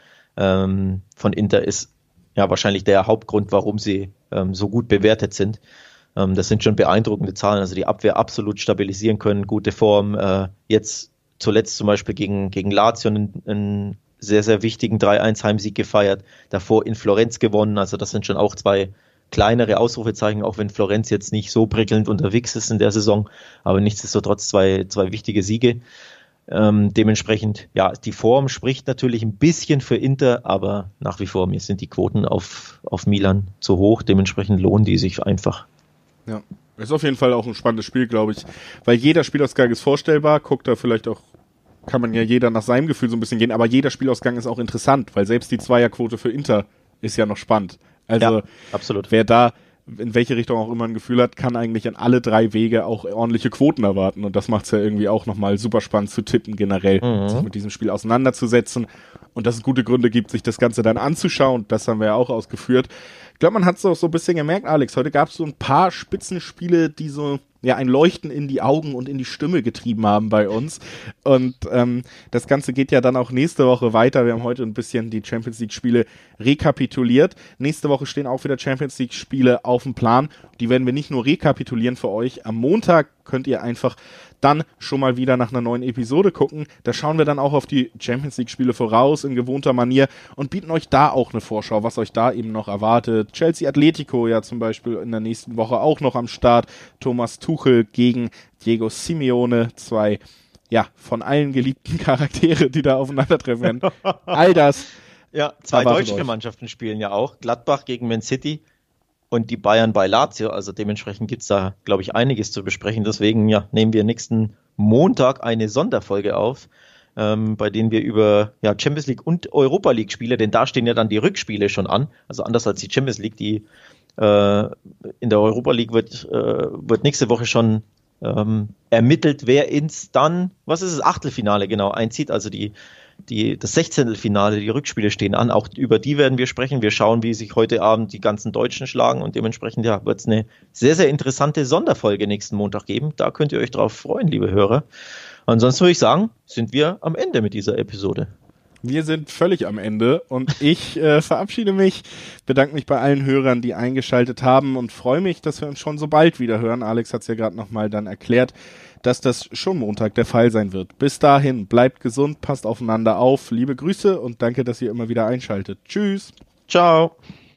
von Inter ist ja wahrscheinlich der Hauptgrund, warum sie so gut bewertet sind. Das sind schon beeindruckende Zahlen. Also die Abwehr absolut stabilisieren können, gute Form. Jetzt zuletzt zum Beispiel gegen Lazio einen sehr, sehr wichtigen 3-1 Heimsieg gefeiert. Davor in Florenz gewonnen. Also das sind schon auch 2 kleinere Ausrufezeichen, auch wenn Florenz jetzt nicht so prickelnd unterwegs ist in der Saison, aber nichtsdestotrotz 2 wichtige Siege. Dementsprechend, ja, die Form spricht natürlich ein bisschen für Inter, aber nach wie vor, mir sind die Quoten auf Milan zu hoch, dementsprechend lohnen die sich einfach. Ja, ist auf jeden Fall auch ein spannendes Spiel, glaube ich, weil jeder Spielausgang ist vorstellbar, guckt da vielleicht auch, kann man ja jeder nach seinem Gefühl so ein bisschen gehen, aber jeder Spielausgang ist auch interessant, weil selbst die Zweierquote für Inter ist ja noch spannend. Also, ja, absolut. Wer da in welche Richtung auch immer ein Gefühl hat, kann eigentlich an alle 3 Wege auch ordentliche Quoten erwarten. Und das macht es ja irgendwie auch nochmal super spannend zu tippen generell, sich mit diesem Spiel auseinanderzusetzen. Und dass es gute Gründe gibt, sich das Ganze dann anzuschauen. Das haben wir ja auch ausgeführt. Ich glaube, man hat es auch so ein bisschen gemerkt, Alex. Heute gab es so ein paar Spitzenspiele, die so ein Leuchten in die Augen und in die Stimme getrieben haben bei uns. Und das Ganze geht ja dann auch nächste Woche weiter. Wir haben heute ein bisschen die Champions League-Spiele rekapituliert. Nächste Woche stehen auch wieder Champions League-Spiele auf dem Plan. Die werden wir nicht nur rekapitulieren für euch. Am Montag könnt ihr einfach dann schon mal wieder nach einer neuen Episode gucken. Da schauen wir dann auch auf die Champions League-Spiele voraus in gewohnter Manier und bieten euch da auch eine Vorschau, was euch da eben noch erwartet. Chelsea Atletico ja zum Beispiel in der nächsten Woche auch noch am Start. Thomas Tuchel gegen Diego Simeone, 2 von allen geliebten Charaktere, die da aufeinandertreffen werden. All das. Ja, 2 deutsche Mannschaften spielen ja auch. Gladbach gegen Man City und die Bayern bei Lazio. Also dementsprechend gibt es da, glaube ich, einiges zu besprechen. Deswegen nehmen wir nächsten Montag eine Sonderfolge auf, bei denen wir über Champions League und Europa League Spiele, denn da stehen ja dann die Rückspiele schon an. Also anders als die Champions League, die in der Europa League wird nächste Woche schon ermittelt, wer ins dann, Achtelfinale genau einzieht. Also das 16. die Rückspiele stehen an. Auch über die werden wir sprechen. Wir schauen, wie sich heute Abend die ganzen Deutschen schlagen und dementsprechend wird es eine sehr, sehr interessante Sonderfolge nächsten Montag geben. Da könnt ihr euch drauf freuen, liebe Hörer. Ansonsten würde ich sagen, sind wir am Ende mit dieser Episode. Wir sind völlig am Ende und ich verabschiede mich, bedanke mich bei allen Hörern, die eingeschaltet haben und freue mich, dass wir uns schon so bald wieder hören. Alex hat es ja gerade nochmal dann erklärt, dass das schon Montag der Fall sein wird. Bis dahin, bleibt gesund, passt aufeinander auf, liebe Grüße und danke, dass ihr immer wieder einschaltet. Tschüss. Ciao.